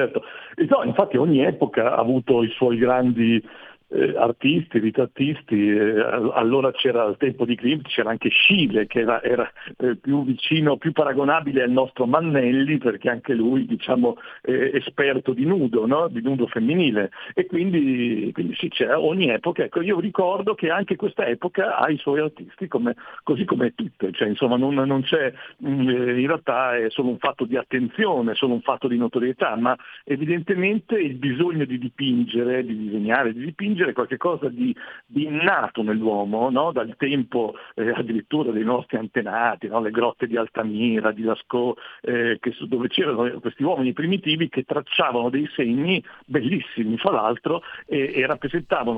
No, infatti ogni epoca ha avuto i suoi grandi artisti, ritrattisti. Allora c'era, al tempo di Klimt, c'era anche Schiele, che era più vicino, più paragonabile al nostro Mannelli, perché anche lui, diciamo, esperto di nudo, no? Di nudo femminile, e quindi sì, c'era ogni epoca. Ecco, io ricordo che anche questa epoca ha i suoi artisti, così come tutte, cioè, insomma, non c'è, in realtà è solo un fatto di attenzione, solo un fatto di notorietà, ma evidentemente il bisogno di dipingere, di disegnare, di dipingere è qualcosa di innato nell'uomo, no? Dal tempo addirittura dei nostri antenati, no? Le grotte di Altamira, di Lascaux, dove c'erano questi uomini primitivi che tracciavano dei segni bellissimi, fra l'altro, e rappresentavano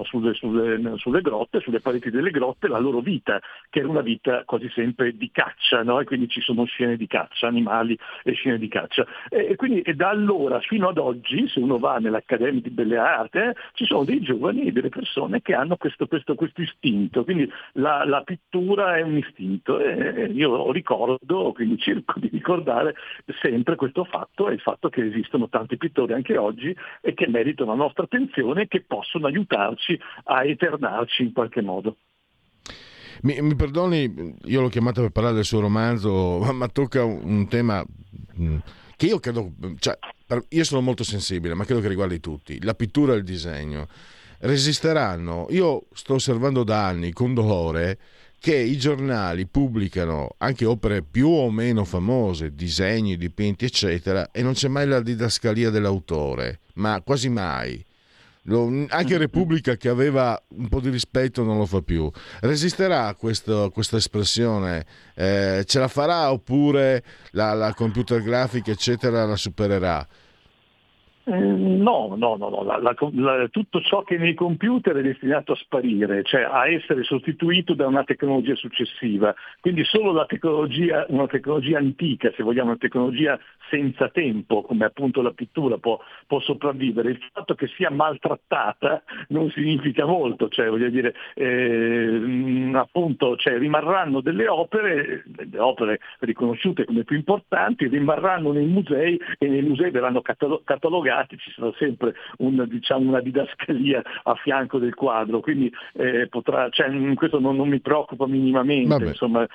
sulle grotte, sulle pareti delle grotte, la loro vita, che era una vita quasi sempre di caccia, no? E quindi ci sono scene di caccia, animali e scene di caccia. E quindi da allora fino ad oggi, se uno va nell'Accademia di Belle Arti, ci sono dei giovani e delle persone che hanno questo istinto. Quindi la pittura è un istinto, e io ricordo, quindi cerco di ricordare sempre questo fatto, e il fatto che esistono tanti pittori anche oggi e che meritano la nostra attenzione e che possono aiutarci a eternarci in qualche modo. Mi perdoni, io l'ho chiamata per parlare del suo romanzo, ma tocca un tema che io credo, cioè, io sono molto sensibile, ma credo che riguardi tutti: la pittura e il disegno. Resisteranno? Io sto osservando da anni con dolore che i giornali pubblicano anche opere più o meno famose, disegni, dipinti, eccetera, e non c'è mai la didascalia dell'autore, ma quasi mai. Anche Repubblica, che aveva un po' di rispetto, non lo fa più. Resisterà questa espressione? Ce la farà, oppure la computer grafica, eccetera, la supererà? No, tutto ciò che nei computer è destinato a sparire, cioè a essere sostituito da una tecnologia successiva. Quindi solo una tecnologia antica, se vogliamo, una tecnologia senza tempo, come appunto la pittura, può sopravvivere. Il fatto che sia maltrattata non significa molto, cioè, voglio dire, appunto, cioè, rimarranno delle opere riconosciute come più importanti, rimarranno nei musei, e nei musei verranno catalogate. Ci sarà sempre una didascalia a fianco del quadro, quindi questo non mi preoccupa minimamente. Insomma,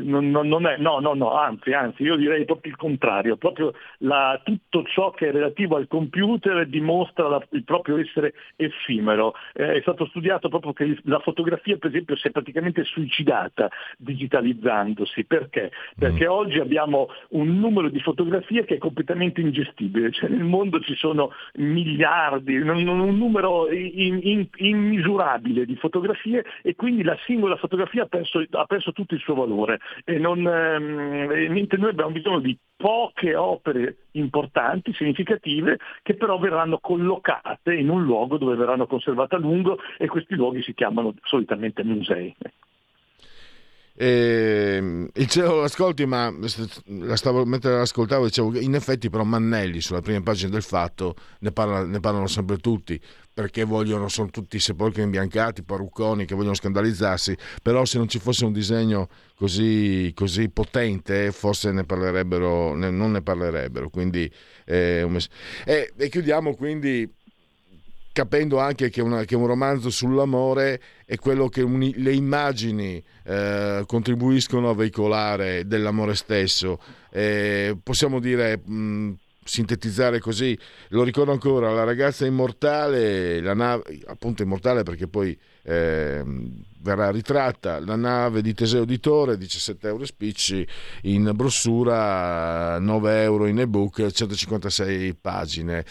anzi, io direi proprio il contrario, proprio tutto ciò che è relativo al computer dimostra il proprio essere effimero. È stato studiato proprio che la fotografia, per esempio, si è praticamente suicidata digitalizzandosi. Perché? Perché oggi abbiamo un numero di fotografie che è completamente ingestibile, cioè nel mondo ci sono sono miliardi, un numero immisurabile di fotografie, e quindi la singola fotografia ha perso tutto il suo valore, mentre noi abbiamo bisogno di poche opere importanti, significative, che però verranno collocate in un luogo dove verranno conservate a lungo, e questi luoghi si chiamano solitamente musei. Dicevo, ascolti, ma mentre l'ascoltavo dicevo, in effetti però Mannelli sulla prima pagina del Fatto ne parlano sempre tutti, perché sono tutti sepolcri imbiancati, parrucconi che vogliono scandalizzarsi, però se non ci fosse un disegno così potente forse non ne parlerebbero, quindi e chiudiamo quindi capendo anche che un romanzo sull'amore è quello che le immagini contribuiscono a veicolare dell'amore stesso. Possiamo dire, sintetizzare così, lo ricordo ancora, la ragazza immortale, la nave, appunto immortale perché poi verrà ritratta, la nave di Teseo Editore, 17 euro spicci in brossura, 9 euro in ebook, 156 pagine.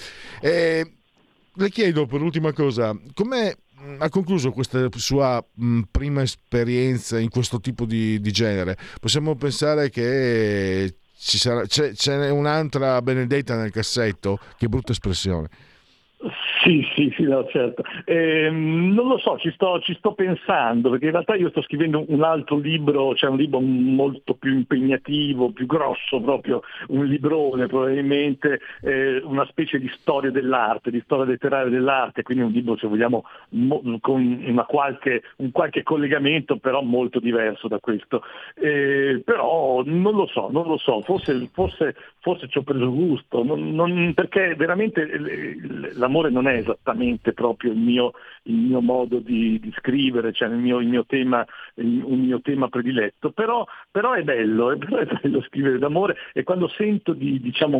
Le chiedo per ultima cosa, come ha concluso questa sua prima esperienza in questo tipo di genere? Possiamo pensare che c'è un'altra Benedetta nel cassetto? Che brutta espressione. Sì, no, certo. Non lo so, ci sto pensando, perché in realtà io sto scrivendo un altro libro, cioè un libro molto più impegnativo, più grosso, proprio un librone probabilmente, una specie di storia dell'arte, di storia letteraria dell'arte, quindi un libro, se vogliamo, con un qualche collegamento, però molto diverso da questo. Però non lo so, forse ci ho preso gusto, perché veramente l'amore non è esattamente proprio il mio modo di scrivere, cioè il mio tema, un mio tema prediletto, però è bello scrivere d'amore, e quando sento diciamo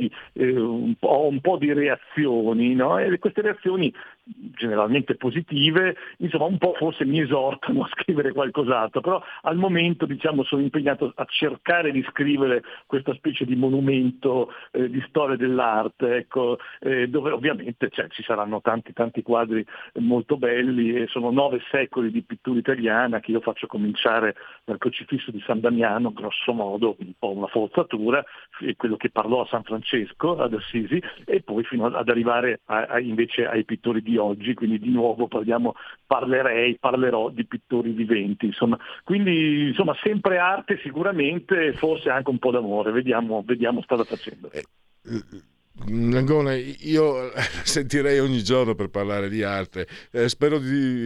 ho un po' di reazioni, no? E queste reazioni generalmente positive, insomma un po' forse mi esortano a scrivere qualcos'altro, però al momento diciamo sono impegnato a cercare di scrivere questa specie di monumento di storia dell'arte, ecco, dove ovviamente ci saranno tanti quadri molto belli, e sono 9 secoli di pittura italiana che io faccio cominciare dal Crocifisso di San Damiano, grosso modo, un po' una forzatura, quello che parlò a San Francesco ad Assisi, e poi fino ad arrivare invece ai pittori di oggi, quindi di nuovo parlerò di pittori viventi, insomma. Quindi insomma sempre arte sicuramente, forse anche un po' d'amore, vediamo strada facendo. Langone, io sentirei ogni giorno per parlare di arte. Spero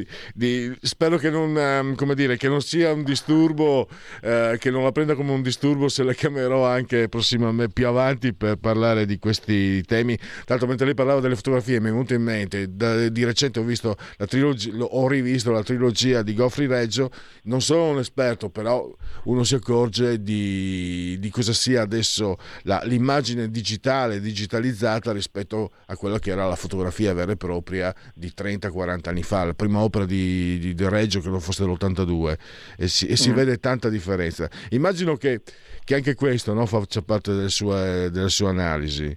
che non, come dire, che non sia un disturbo, che non la prenda come un disturbo se la chiamerò anche prossimamente più avanti per parlare di questi temi. Tanto mentre lei parlava delle fotografie mi è venuto in mente, di recente ho rivisto la trilogia di Goffrey Reggio. Non sono un esperto, però uno si accorge di cosa sia adesso l'immagine digitalizzata rispetto a quella che era la fotografia vera e propria di 30-40 anni fa, la prima opera di Reggio credo fosse dell'82, e si vede tanta differenza. Immagino che anche questo, no, faccia parte delle sue analisi.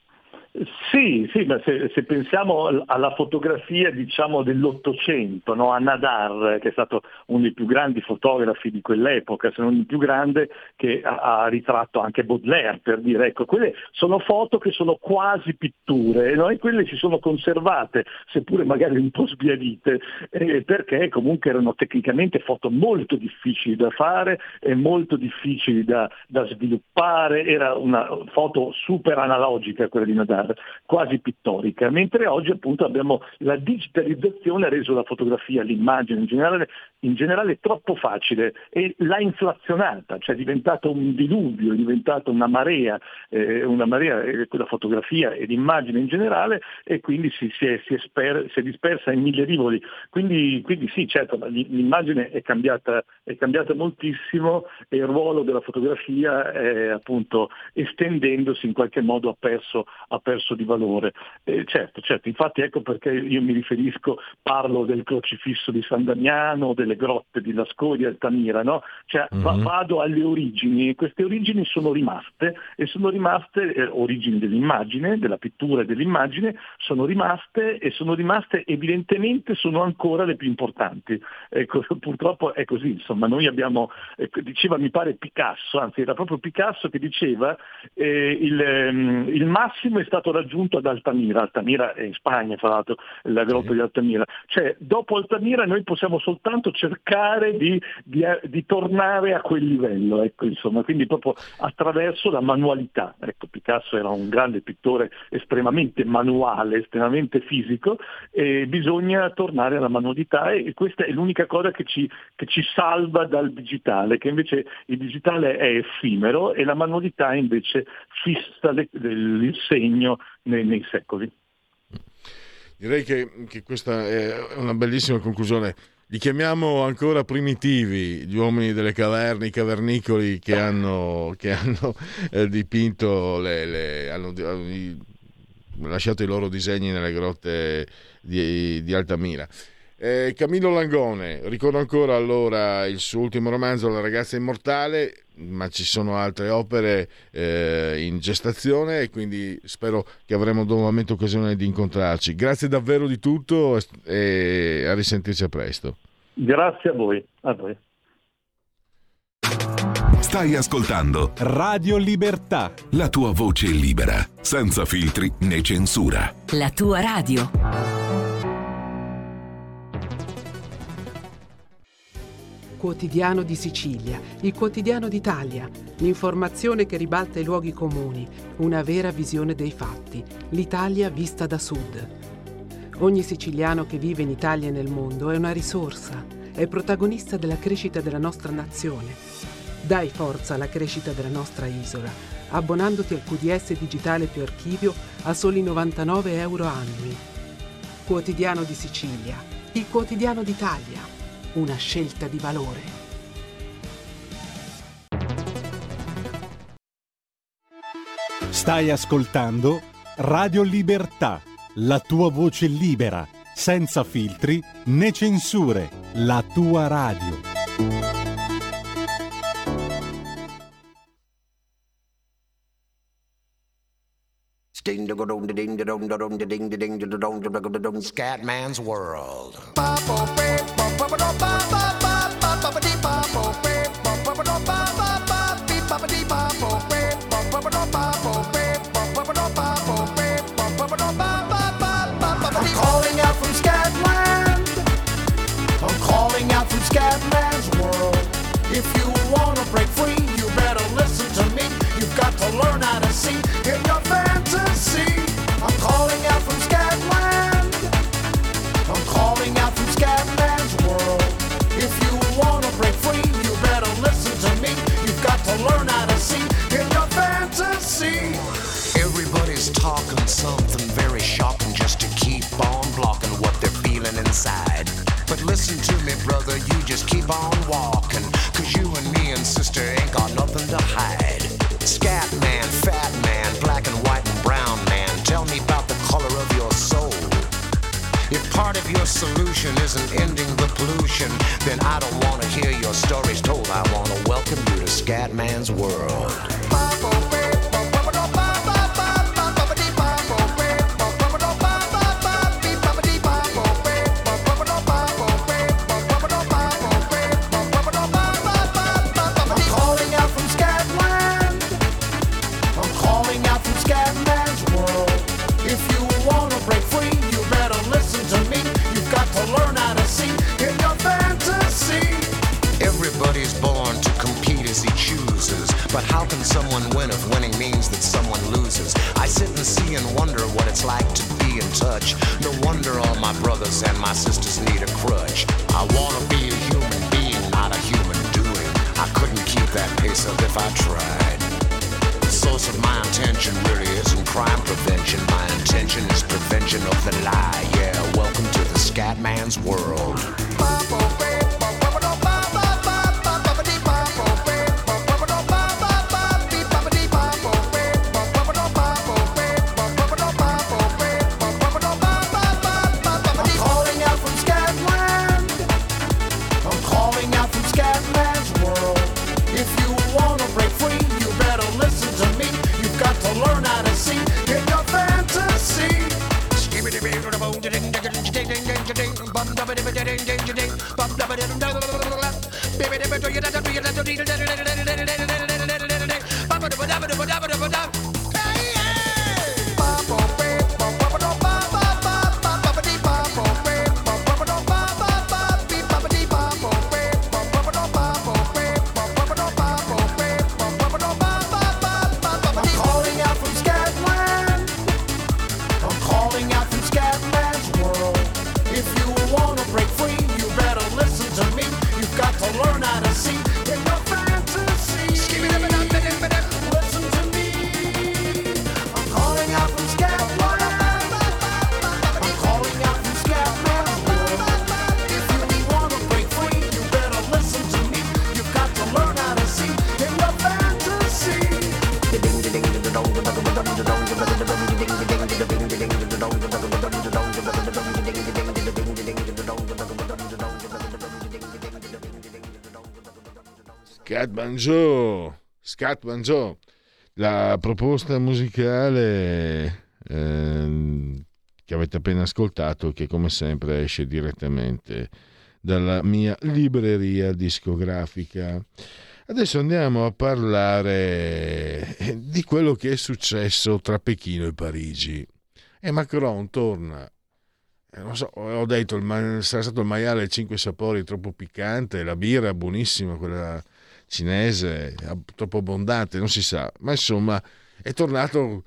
Sì, ma se pensiamo alla fotografia diciamo dell'Ottocento, no? A Nadar, che è stato uno dei più grandi fotografi di quell'epoca, se non il più grande, che ha ritratto anche Baudelaire, per dire, ecco, quelle sono foto che sono quasi pitture, no? E quelle si sono conservate, seppure magari un po' sbiadite, perché comunque erano tecnicamente foto molto difficili da fare e molto difficili da sviluppare, era una foto super analogica quella di Nadar, quasi pittorica, mentre oggi appunto abbiamo la digitalizzazione ha reso la fotografia, l'immagine in generale troppo facile, e l'ha inflazionata, cioè è diventato un diluvio, è diventata una marea quella fotografia e l'immagine in generale, e quindi si è dispersa in mille rivoli, quindi sì, certo, l'immagine è cambiata moltissimo, e il ruolo della fotografia è appunto, estendendosi in qualche modo ha perso di valore. valore. Certo, infatti ecco perché io parlo del crocifisso di San Damiano, delle grotte di Lascaux e di Altamira, no? Cioè vado alle origini, e queste origini sono rimaste, origini dell'immagine, della pittura e dell'immagine, sono rimaste evidentemente sono ancora le più importanti. Ecco, purtroppo è così, insomma, noi abbiamo, diceva mi pare Picasso, anzi era proprio Picasso che diceva il massimo è stato raggiunto ad Altamira è in Spagna, fra l'altro, la grotta di Altamira, cioè dopo Altamira noi possiamo soltanto cercare di tornare a quel livello, ecco, insomma, quindi proprio attraverso la manualità. Ecco, Picasso era un grande pittore estremamente manuale, estremamente fisico, e bisogna tornare alla manualità, e questa è l'unica cosa che ci salva dal digitale, che invece il digitale è effimero e la manualità invece fissa il segno nei secoli. Direi che questa è una bellissima conclusione. Li chiamiamo ancora primitivi, gli uomini delle caverne, i cavernicoli che hanno dipinto hanno lasciato i loro disegni nelle grotte di Altamira. Camillo Langone, ricordo ancora allora il suo ultimo romanzo, La ragazza immortale, ma ci sono altre opere in gestazione, e quindi spero che avremo nuovamente occasione di incontrarci. Grazie davvero di tutto e a risentirci a presto. Grazie a voi. Stai ascoltando Radio Libertà, la tua voce libera, senza filtri né censura. La tua radio. Quotidiano di Sicilia, il quotidiano d'Italia, l'informazione che ribalta i luoghi comuni, una vera visione dei fatti, l'Italia vista da sud. Ogni siciliano che vive in Italia e nel mondo è una risorsa, è protagonista della crescita della nostra nazione. Dai forza alla crescita della nostra isola, abbonandoti al QDS digitale più archivio a soli 99 euro annui. Quotidiano di Sicilia, il quotidiano d'Italia. Una scelta di valore. Stai ascoltando Radio Libertà, la tua voce libera, senza filtri né censure, la tua radio. Scatman's World. Scatman's World. If you wanna break free, you better listen to me. You've got to learn how to see in your fantasy. I'm calling out from Scatland. I'm calling out from Scatman's World. If you wanna break free, you better listen to me. You've got to learn how to see in your fantasy. Everybody's talking something very shocking just to keep on blocking what they're feeling inside. But listen to me, brother, you just keep on walking, 'cause you and me and sister ain't got nothing to hide. Scat man, fat man, black and white and brown man, tell me about the color of your soul. If part of your solution isn't ending the pollution, then I don't want to hear your stories told. I want to welcome you to Scatman's World. But how can someone win if winning means that someone loses? I sit and see and wonder what it's like to be in touch. No wonder all my brothers and my sisters need a crutch. I wanna be a human being, not a human doing. I couldn't keep that pace up if I tried. The source of my intention really isn't crime prevention. My intention is prevention of the lie. Yeah, welcome to the Scatman's World. Scatman Joe, la proposta musicale che avete appena ascoltato, che come sempre esce direttamente dalla mia libreria discografica. Adesso andiamo a parlare di quello che è successo tra Pechino e Parigi. E Macron torna. Non so, ho detto, sarà stato il maiale ai 5 sapori troppo piccante, la birra buonissima, quella cinese, troppo abbondante, non si sa, ma insomma è tornato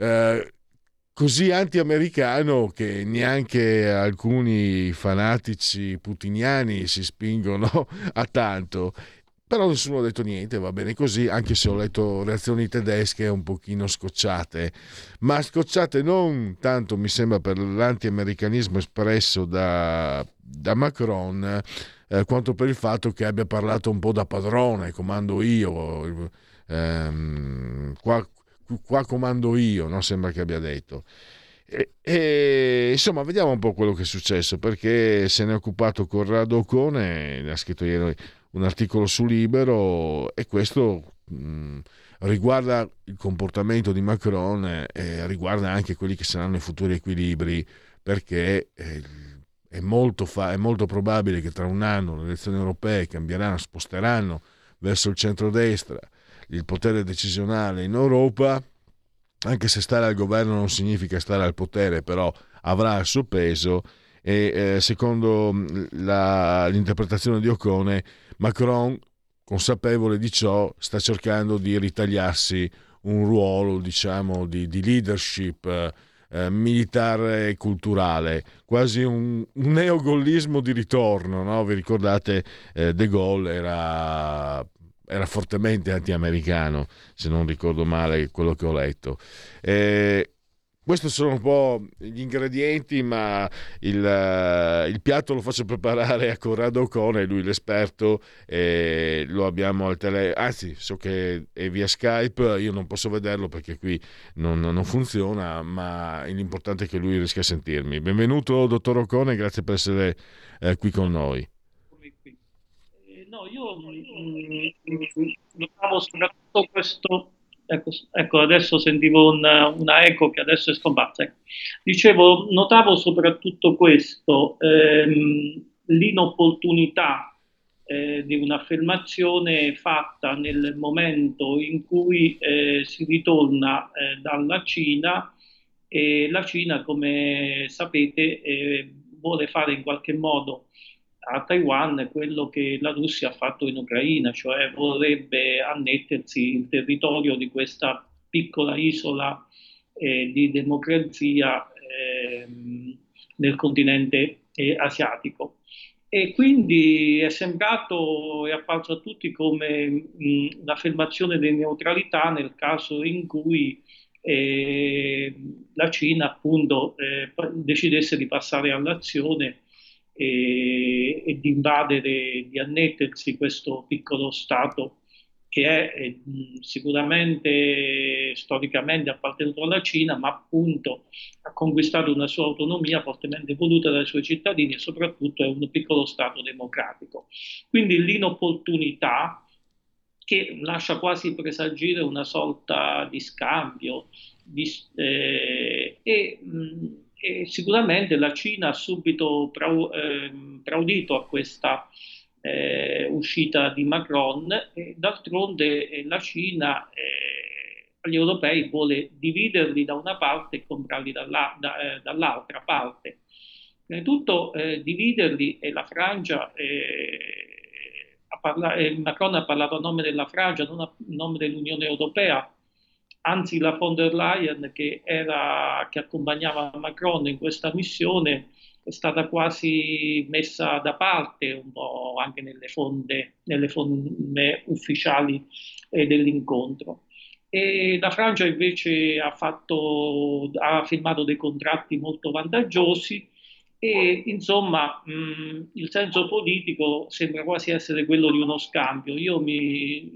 così anti-americano che neanche alcuni fanatici putiniani si spingono a tanto. Però nessuno ha detto niente, va bene così, anche se ho letto reazioni tedesche un pochino scocciate, ma scocciate non tanto, mi sembra, per l'anti-americanismo espresso da Macron, quanto per il fatto che abbia parlato un po' da padrone, comando io, qua comando io, no? Sembra che abbia detto. E insomma, vediamo un po' quello che è successo, perché se ne è occupato Corrado Ocone, ha scritto ieri un articolo su Libero, e questo riguarda il comportamento di Macron e riguarda anche quelli che saranno i futuri equilibri, perché è molto probabile che tra un anno le elezioni europee cambieranno, sposteranno verso il centrodestra il potere decisionale in Europa, anche se stare al governo non significa stare al potere, però avrà il suo peso. E secondo l'interpretazione di Ocone, Macron, consapevole di ciò, sta cercando di ritagliarsi un ruolo, diciamo, di leadership militare e culturale, quasi un neogollismo di ritorno, no? Vi ricordate, De Gaulle era fortemente anti-americano, se non ricordo male quello che ho letto. Questi sono un po' gli ingredienti, ma il piatto lo faccio preparare a Corrado Ocone, lui l'esperto, e lo abbiamo al anzi, so che è via Skype, io non posso vederlo perché qui non funziona, ma l'importante è che lui riesca a sentirmi. Benvenuto, dottor Ocone, grazie per essere qui con noi. No, io notavo soprattutto questo. Ecco, adesso sentivo una eco che adesso è scomparsa. Dicevo, notavo soprattutto questo, l'inopportunità di un'affermazione fatta nel momento in cui si ritorna dalla Cina, e la Cina, come sapete, vuole fare in qualche modo a Taiwan quello che la Russia ha fatto in Ucraina, cioè vorrebbe annettersi il territorio di questa piccola isola di democrazia nel continente asiatico. E quindi è apparso a tutti come un'affermazione di neutralità nel caso in cui la Cina appunto decidesse di passare all'azione e di invadere, di annettersi questo piccolo stato che è sicuramente storicamente appartenuto alla Cina, ma appunto ha conquistato una sua autonomia fortemente voluta dai suoi cittadini e soprattutto è un piccolo stato democratico. Quindi l'inopportunità, che lascia quasi presagire una sorta di scambio, E sicuramente la Cina ha subito plaudito a questa uscita di Macron, e d'altronde la Cina agli europei vuole dividerli da una parte e comprarli dall'altra parte. Prima di tutto dividerli, e la Francia, Macron ha parlato a nome della Francia, non a nome dell'Unione Europea. Anzi, la von der Leyen, che accompagnava Macron in questa missione, è stata quasi messa da parte un po' anche nelle fonde ufficiali dell'incontro. E la Francia invece ha firmato dei contratti molto vantaggiosi, e insomma il senso politico sembra quasi essere quello di uno scambio. Io mi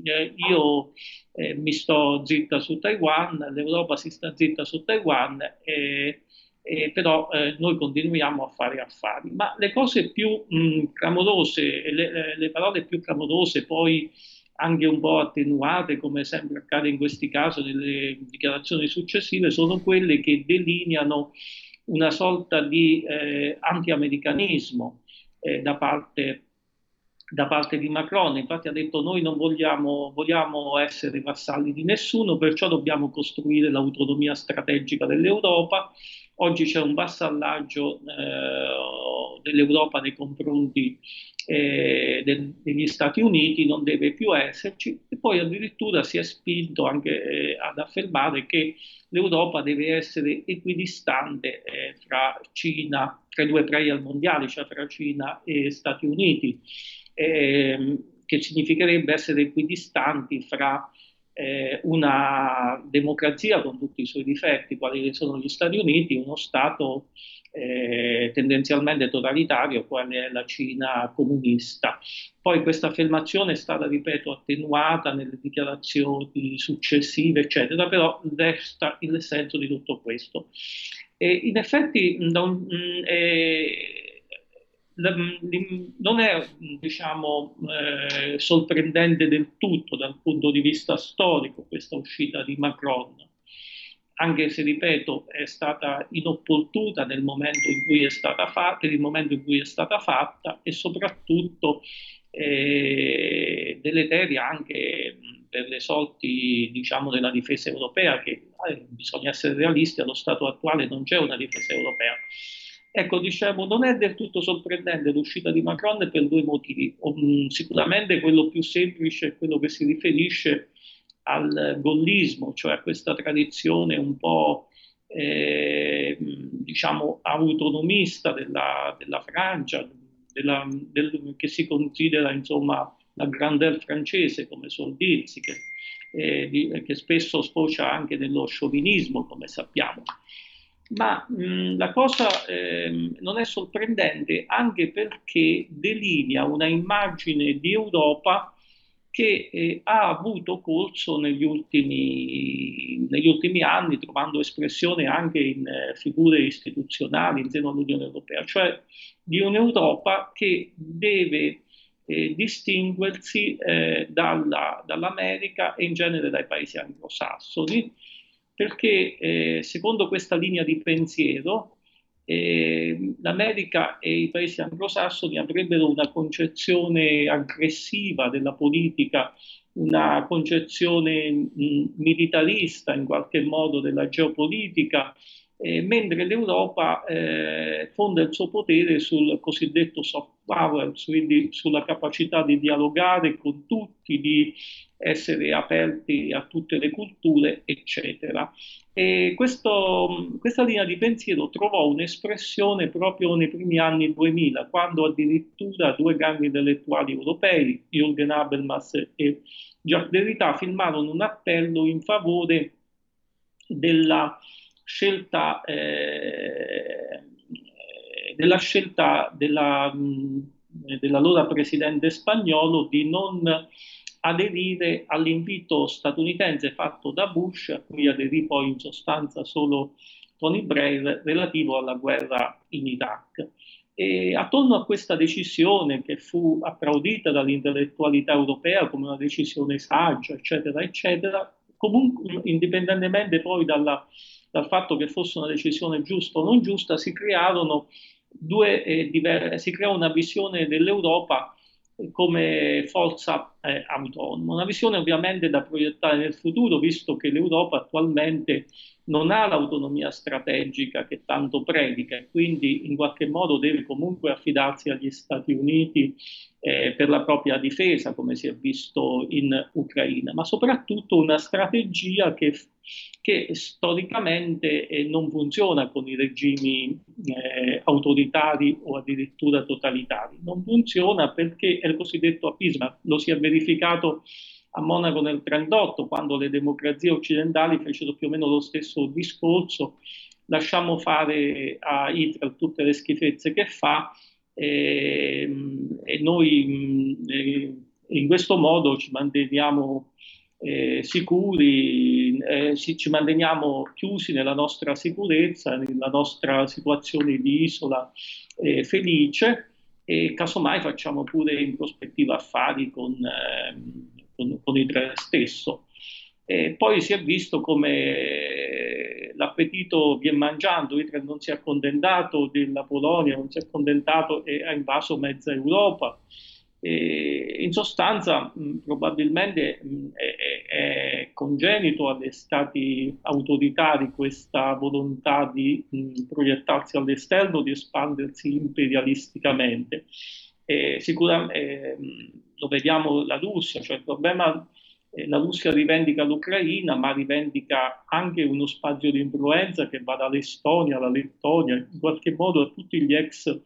sto zitta su Taiwan, l'Europa si sta zitta su Taiwan, però noi continuiamo a fare affari. Ma le cose più clamorose, le parole più clamorose, poi anche un po' attenuate, come sempre accade in questi casi nelle dichiarazioni successive, sono quelle che delineano una sorta di anti-americanismo da parte di Macron. Infatti ha detto: noi non vogliamo essere vassalli di nessuno, perciò dobbiamo costruire l'autonomia strategica dell'Europa. Oggi c'è un vassallaggio dell'Europa nei confronti degli Stati Uniti, non deve più esserci, e poi addirittura si è spinto anche ad affermare che l'Europa deve essere equidistante tra i due player mondiali, cioè fra Cina e Stati Uniti, che significherebbe essere equidistanti fra una democrazia con tutti i suoi difetti, quali sono gli Stati Uniti, uno Stato tendenzialmente totalitario, quale è la Cina comunista. Poi questa affermazione è stata, ripeto, attenuata nelle dichiarazioni successive, eccetera, però resta il senso di tutto questo. E in effetti non è, diciamo, sorprendente del tutto dal punto di vista storico questa uscita di Macron, anche se, ripeto, è stata inopportuna nel momento in cui è stata fatta, e soprattutto deleteria anche per le sorti, diciamo, della difesa europea, che bisogna essere realisti, allo stato attuale non c'è una difesa europea. Ecco, diciamo, non è del tutto sorprendente l'uscita di Macron per due motivi. Sicuramente quello più semplice è quello che si riferisce al gollismo, cioè a questa tradizione un po' diciamo autonomista della Francia, che si considera, insomma, la grandeur francese, come suol dirsi, che spesso sfocia anche nello sciovinismo, come sappiamo. Ma la cosa non è sorprendente anche perché delinea una immagine di Europa che ha avuto corso negli ultimi anni, trovando espressione anche in figure istituzionali in seno all'Unione Europea, cioè di un'Europa che deve distinguersi dall'America e in genere dai paesi anglosassoni, perché secondo questa linea di pensiero l'America e i paesi anglosassoni avrebbero una concezione aggressiva della politica, una concezione militarista in qualche modo della geopolitica, mentre l'Europa fonda il suo potere sul cosiddetto soft power, quindi sulla capacità di dialogare con tutti, di essere aperti a tutte le culture, eccetera. E questa linea di pensiero trovò un'espressione proprio nei primi anni 2000, quando addirittura due grandi intellettuali europei, Jürgen Habermas e Jacques Derrida, firmarono un appello in favore della scelta dell'allora presidente spagnolo di non aderire all'invito statunitense fatto da Bush, a cui aderì poi in sostanza solo Tony Blair, relativo alla guerra in Iraq. E attorno a questa decisione, che fu applaudita dall'intellettualità europea come una decisione saggia, eccetera, eccetera, comunque, indipendentemente poi dalla dal fatto che fosse una decisione giusta o non giusta, si creò una visione dell'Europa come forza autonoma, una visione ovviamente da proiettare nel futuro, visto che l'Europa attualmente non ha l'autonomia strategica che tanto predica e quindi in qualche modo deve comunque affidarsi agli Stati Uniti per la propria difesa, come si è visto in Ucraina, ma soprattutto una strategia che storicamente non funziona con i regimi autoritari o addirittura totalitari. Non funziona perché è il cosiddetto appeasement, lo si è verificato a Monaco nel 1938, quando le democrazie occidentali fecero più o meno lo stesso discorso: lasciamo fare a Hitler tutte le schifezze che fa e noi in questo modo ci manteniamo sicuri, ci manteniamo chiusi nella nostra sicurezza, nella nostra situazione di isola felice, e casomai facciamo pure in prospettiva affari con Hitler stesso. Poi si è visto come l'appetito viene mangiando. Hitler non si è accontentato della Polonia, non si è accontentato e ha invaso mezza Europa. In sostanza probabilmente è congenito agli stati autoritari questa volontà di proiettarsi all'esterno, di espandersi imperialisticamente. Sicuramente lo vediamo la Russia, cioè il problema, la Russia rivendica l'Ucraina, ma rivendica anche uno spazio di influenza che va dall'Estonia alla Lettonia, in qualche modo a tutti gli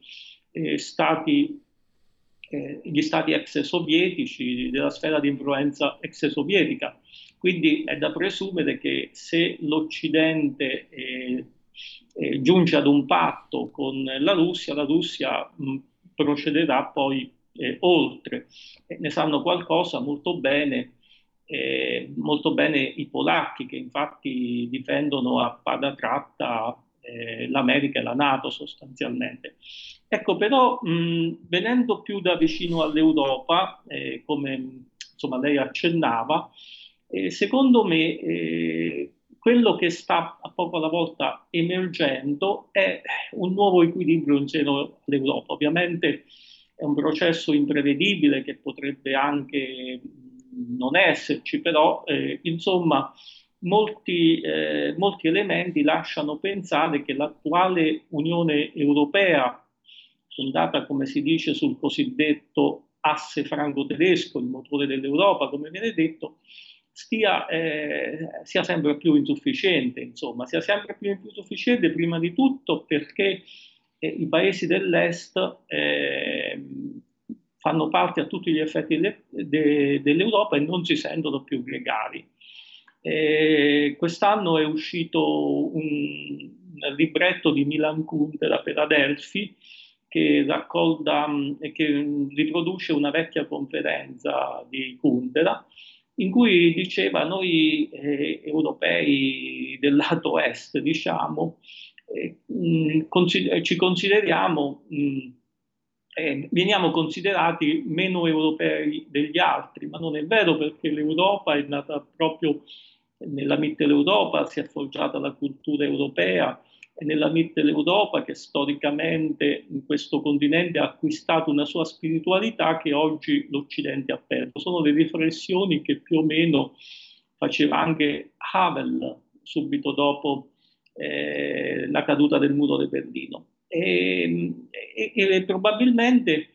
stati ex sovietici, della sfera di influenza ex sovietica. Quindi è da presumere che se l'Occidente giunge ad un patto con la Russia procederà poi oltre. Ne sanno qualcosa molto bene i polacchi, che infatti difendono a pada tratta l'America e la NATO sostanzialmente. Ecco, però venendo più da vicino all'Europa, come insomma lei accennava, secondo me quello che sta a poco alla volta emergendo è un nuovo equilibrio in seno all'Europa. Ovviamente è un processo imprevedibile che potrebbe anche non esserci, però insomma molti elementi lasciano pensare che l'attuale Unione Europea, fondata come si dice sul cosiddetto asse franco-tedesco, il motore dell'Europa come viene detto, sia sempre più insufficiente, insomma, sia sempre più insufficiente prima di tutto perché i paesi dell'est fanno parte a tutti gli effetti dell'Europa e non si sentono più gregari. Quest'anno è uscito un libretto di Milan Kundera per Adelphi che riproduce una vecchia conferenza di Kundera in cui diceva: noi europei del lato est, diciamo, ci consideriamo, veniamo considerati meno europei degli altri, ma non è vero, perché l'Europa è nata proprio nella Mitteleuropa, si è forgiata la cultura europea, e nella Mitteleuropa che storicamente in questo continente ha acquistato una sua spiritualità che oggi l'Occidente ha perso. Sono le riflessioni che più o meno faceva anche Havel subito dopo la caduta del muro di Berlino. E probabilmente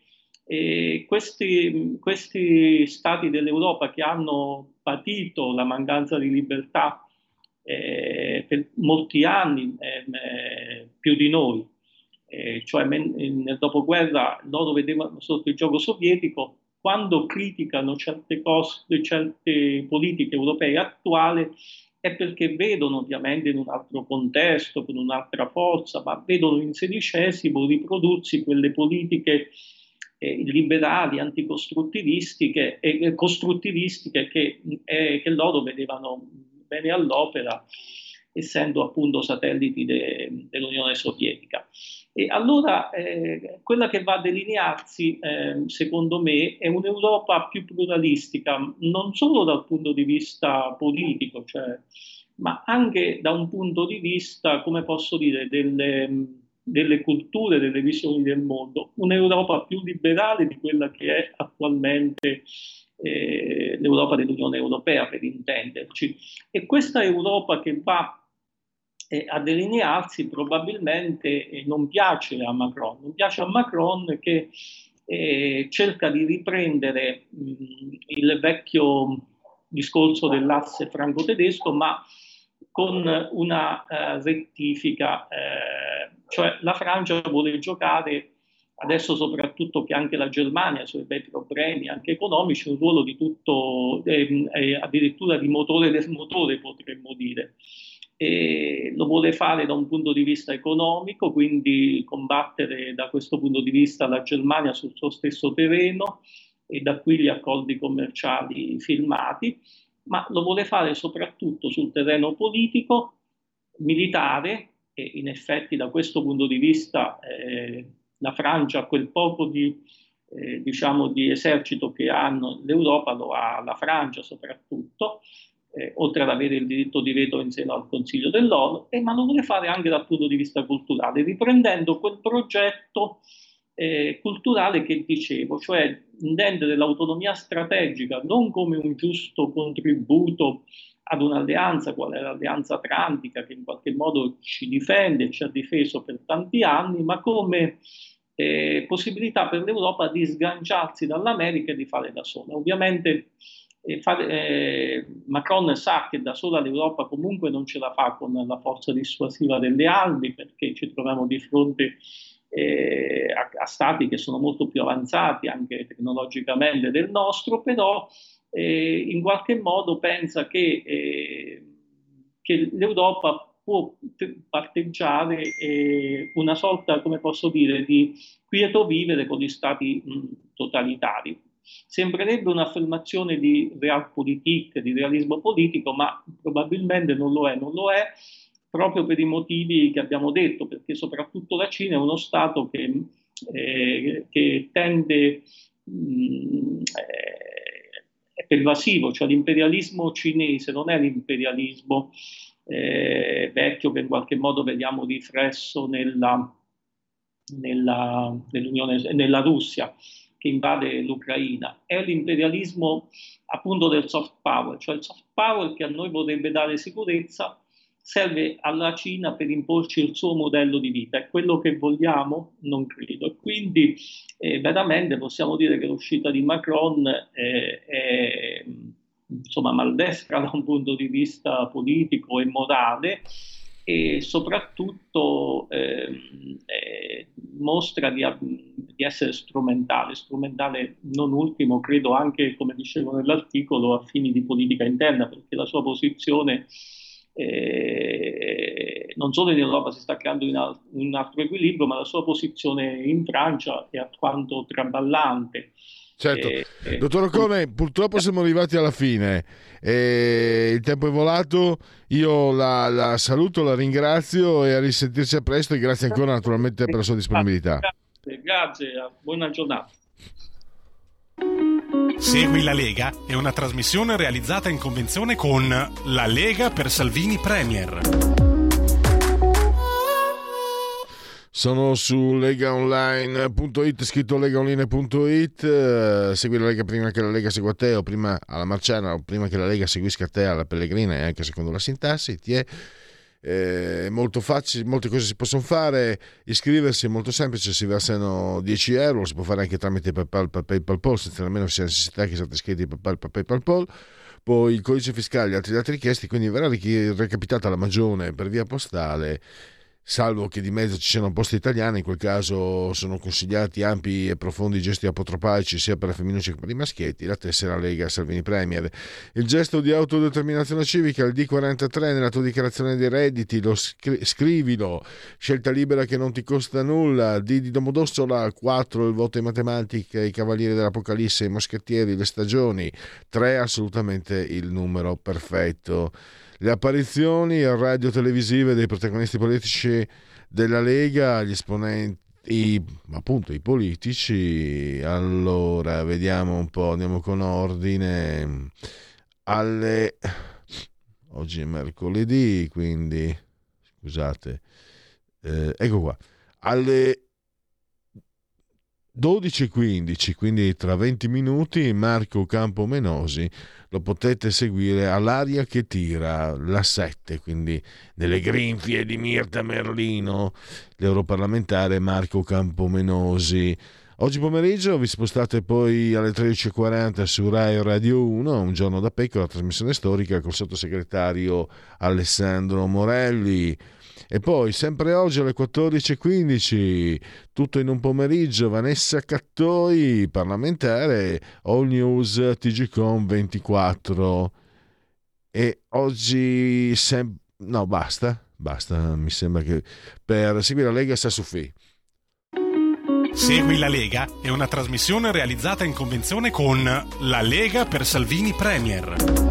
questi stati dell'Europa che hanno patito la mancanza di libertà per molti anni, più di noi, cioè nel dopoguerra loro vedevano sotto il gioco sovietico, quando criticano certe politiche europee attuali è perché vedono ovviamente in un altro contesto, con un'altra forza, ma vedono in XVI riprodursi quelle politiche liberali, anticostruttivistiche e costruttivistiche che loro vedevano bene all'opera, essendo appunto satelliti dell'Unione Sovietica. E allora quella che va a delinearsi, secondo me, è un'Europa più pluralistica, non solo dal punto di vista politico, cioè ma anche da un punto di vista, come posso dire, delle culture, delle visioni del mondo, un'Europa più liberale di quella che è attualmente l'Europa dell'Unione Europea, per intenderci. E questa Europa che va a delinearsi probabilmente non piace a Macron. Non piace a Macron che cerca di riprendere il vecchio discorso dell'asse franco-tedesco, ma con una rettifica, cioè la Francia vuole giocare, adesso soprattutto che anche la Germania ha i suoi bei problemi anche economici, un ruolo di tutto, addirittura di motore del motore, potremmo dire. E lo vuole fare da un punto di vista economico, quindi combattere da questo punto di vista la Germania sul suo stesso terreno, e da qui gli accordi commerciali firmati, ma lo vuole fare soprattutto sul terreno politico, militare, e in effetti da questo punto di vista la Francia ha quel poco di esercito che hanno l'Europa, lo ha la Francia soprattutto, oltre ad avere il diritto di veto in seno al Consiglio dell'ONU, ma lo vuole fare anche dal punto di vista culturale, riprendendo quel progetto culturale che dicevo, cioè intendere l'autonomia strategica non come un giusto contributo ad un'alleanza, quale è l'Alleanza Atlantica, che in qualche modo ci difende, ci ha difeso per tanti anni, ma come possibilità per l'Europa di sganciarsi dall'America e di fare da sola. Ovviamente Macron sa che da sola l'Europa comunque non ce la fa con la forza dissuasiva delle armi, perché ci troviamo di fronte a stati che sono molto più avanzati anche tecnologicamente del nostro, però in qualche modo pensa che l'Europa può parteggiare una sorta, come posso dire, di quieto vivere con gli stati totalitari. Sembrerebbe un'affermazione di realpolitik, di realismo politico, ma probabilmente non lo è proprio per i motivi che abbiamo detto, perché soprattutto la Cina è uno Stato che tende, è pervasivo, cioè l'imperialismo cinese non è l'imperialismo vecchio che in qualche modo vediamo riflesso nella Russia che invade l'Ucraina, è l'imperialismo appunto del soft power, cioè il soft power che a noi potrebbe dare sicurezza, serve alla Cina per imporci il suo modello di vita. È quello che vogliamo? Non credo. E quindi veramente possiamo dire che l'uscita di Macron è insomma maldestra da un punto di vista politico e morale, e soprattutto mostra di essere strumentale non ultimo, credo anche, come dicevo nell'articolo, a fini di politica interna, perché la sua posizione non solo in Europa si sta creando un altro equilibrio, ma la sua posizione in Francia è alquanto traballante. Certo, dottor Occone, purtroppo siamo arrivati alla fine, il tempo è volato, io la saluto, la ringrazio e a risentirci a presto, e grazie ancora naturalmente per la sua disponibilità. Grazie, buona giornata. Segui la Lega è una trasmissione realizzata in convenzione con La Lega per Salvini Premier. Sono su legaonline.it, scritto legaonline.it. Segui la Lega prima che la Lega segua te, o prima alla Marciana, o prima che la Lega seguisca te alla Pellegrina, e anche secondo la sintassi. È molto facile, molte cose si possono fare. Iscriversi è molto semplice, si versano 10 euro, si può fare anche tramite PayPal senza nemmeno sia necessità che siate iscritti PayPal. Poi il codice fiscale e altri dati richiesti, quindi verrà recapitata la magione per via postale, salvo che di mezzo ci siano posti italiani. In quel caso sono consigliati ampi e profondi gesti apotropaici sia per le femminucce che per i maschietti. La tessera Lega Salvini Premier. Il gesto di autodeterminazione civica, il D43 nella tua dichiarazione dei redditi, scrivilo. Scelta libera che non ti costa nulla. D di Domodossola, 4 il voto in matematica, i cavalieri dell'Apocalisse, i moschettieri, le stagioni, 3 assolutamente il numero perfetto. Le apparizioni radio-televisive dei protagonisti politici della Lega, gli esponenti, appunto i politici. Allora, vediamo un po', andiamo con ordine. Alle oggi è mercoledì, quindi scusate, ecco qua, alle 12:15, quindi tra 20 minuti, Marco Campomenosi lo potete seguire all'Aria che tira, la 7, quindi nelle grinfie di Mirta Merlino, l'europarlamentare Marco Campomenosi. Oggi pomeriggio vi spostate poi alle 13:40 su Rai Radio 1, Un giorno da pecora, trasmissione storica col sottosegretario Alessandro Morelli. E poi sempre oggi alle 14:15, tutto in un pomeriggio, Vanessa Cattoi, parlamentare, All News TGcom 24. E oggi no, basta, mi sembra che per seguire la Lega sta su FI. Segui la Lega è una trasmissione realizzata in convenzione con La Lega per Salvini Premier.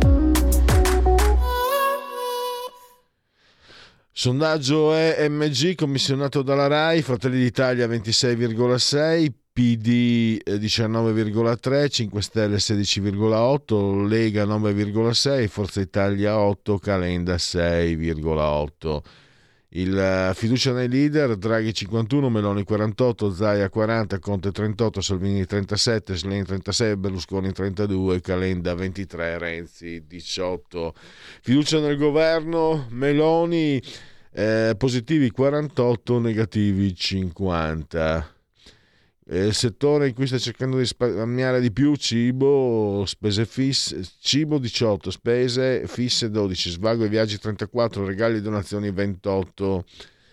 Sondaggio EMG commissionato dalla RAI, Fratelli d'Italia 26,6, PD 19,3, 5 Stelle 16,8, Lega 9,6, Forza Italia 8, Calenda 6,8. Il fiducia nei leader, Draghi 51, Meloni 48, Zaia 40, Conte 38, Salvini 37, Schlein 36, Berlusconi 32, Calenda 23, Renzi 18. Fiducia nel governo, Meloni positivi 48, negativi 50. Il settore in cui sta cercando di risparmiare di più, cibo, spese fisse, cibo 18, spese fisse 12, svago e viaggi 34, regali e donazioni 28.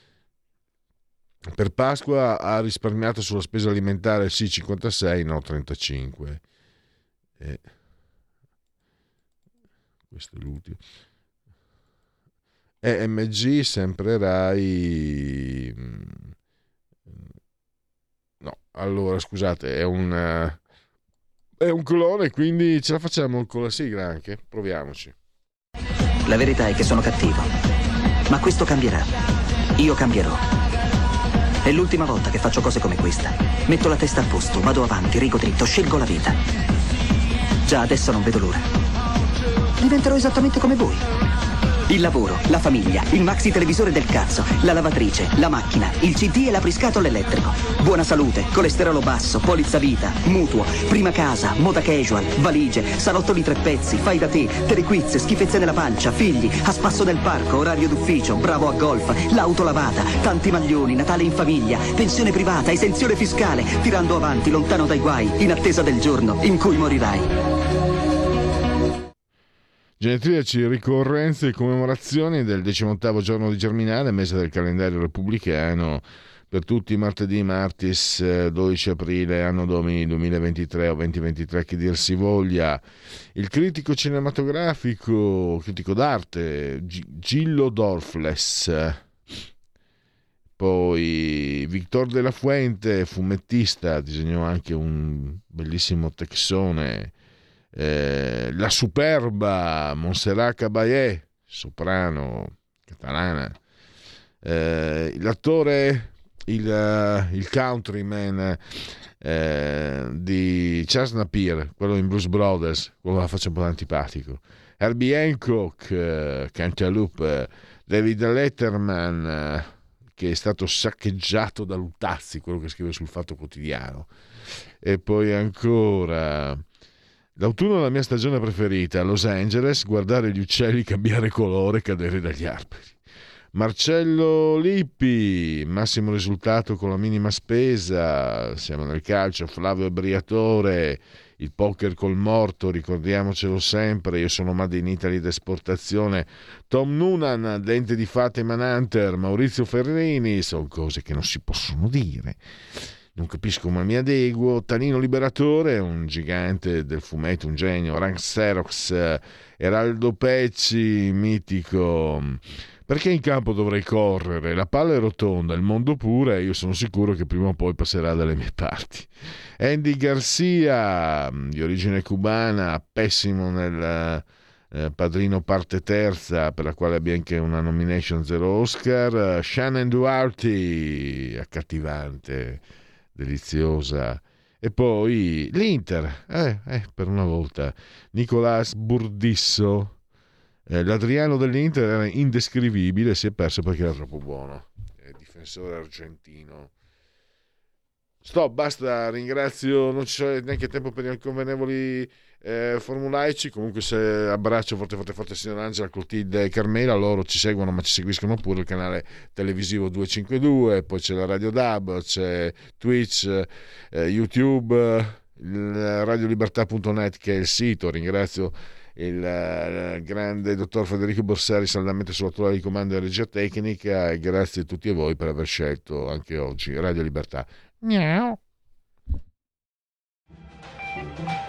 Per Pasqua ha risparmiato sulla spesa alimentare sì 56, no 35. Questo è l'ultimo. EMG sempre Rai. No, allora scusate, è un clone, quindi ce la facciamo con la sigla anche? Proviamoci. La verità è che sono cattivo, ma questo cambierà. Io cambierò. È l'ultima volta che faccio cose come questa. Metto la testa a posto, vado avanti, rigo dritto, scelgo la vita. Già adesso non vedo l'ora. Diventerò esattamente come voi. Il lavoro, la famiglia, il maxi televisore del cazzo, la lavatrice, la macchina, il CD e l'apriscatole elettrico. Buona salute, colesterolo basso, polizza vita, mutuo, prima casa, moda casual, valigie, salottoli 3 pezzi, fai da te, telequiz, schifezze nella pancia, figli, a spasso nel parco, orario d'ufficio, bravo a golf, l'auto lavata, tanti maglioni, Natale in famiglia, pensione privata, esenzione fiscale, tirando avanti, lontano dai guai, in attesa del giorno in cui morirai. Genetriaci, ricorrenze e commemorazioni del 18° giorno di Germinale, mese del calendario repubblicano, per tutti martedì, martis 12 aprile, anno domini 2023 o 2023, che dir si voglia. Il critico cinematografico, critico d'arte, Gillo Dorfles. Poi Victor de la Fuente, fumettista, disegnò anche un bellissimo texone. La superba Montserrat Caballé, soprano catalana, l'attore, il countryman di Charles Napier, quello in Blues Brothers, quello la faccia un po' antipatico, Herbie Hancock, Cantaloupe, David Letterman, che è stato saccheggiato da Luttazzi, quello che scrive sul Fatto Quotidiano, e poi ancora l'autunno è la mia stagione preferita, a Los Angeles, guardare gli uccelli cambiare colore e cadere dagli alberi. Marcello Lippi, massimo risultato con la minima spesa, siamo nel calcio, Flavio Briatore, il poker col morto, ricordiamocelo sempre, io sono Made in Italy d'esportazione, Tom Noonan, Dente di Fatima Manhunter, Maurizio Ferrini, sono cose che non si possono dire. Non capisco ma mi adeguo. Tanino Liberatore, un gigante del fumetto, un genio. Rank Xerox, Eraldo Pecci, mitico. Perché in campo dovrei correre? La palla è rotonda, il mondo pure, e io sono sicuro che prima o poi passerà dalle mie parti. Andy Garcia, di origine cubana, pessimo nel Padrino parte terza, per la quale abbia anche una nomination 0 Oscar. Shannon Duarte, accattivante, deliziosa. E poi l'Inter, per una volta, Nicolas Burdisso, L'Adriano dell'Inter era indescrivibile, si è perso perché era troppo buono, difensore argentino. Basta, ringrazio, non c'è neanche tempo per gli inconvenevoli formulaici. Comunque abbraccio forte signor Angela, Clotilde e Carmela, loro ci seguono ma ci seguiscono pure il canale televisivo 252, poi c'è la Radio DAB, c'è Twitch, YouTube, radiolibertà.net che è il sito. Ringrazio il grande dottor Federico Borsari saldamente sull'attuale di comando della regia tecnica, e grazie a tutti a voi per aver scelto anche oggi Radio Libertà. Miau.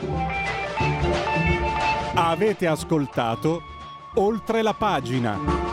Avete ascoltato Oltre la pagina.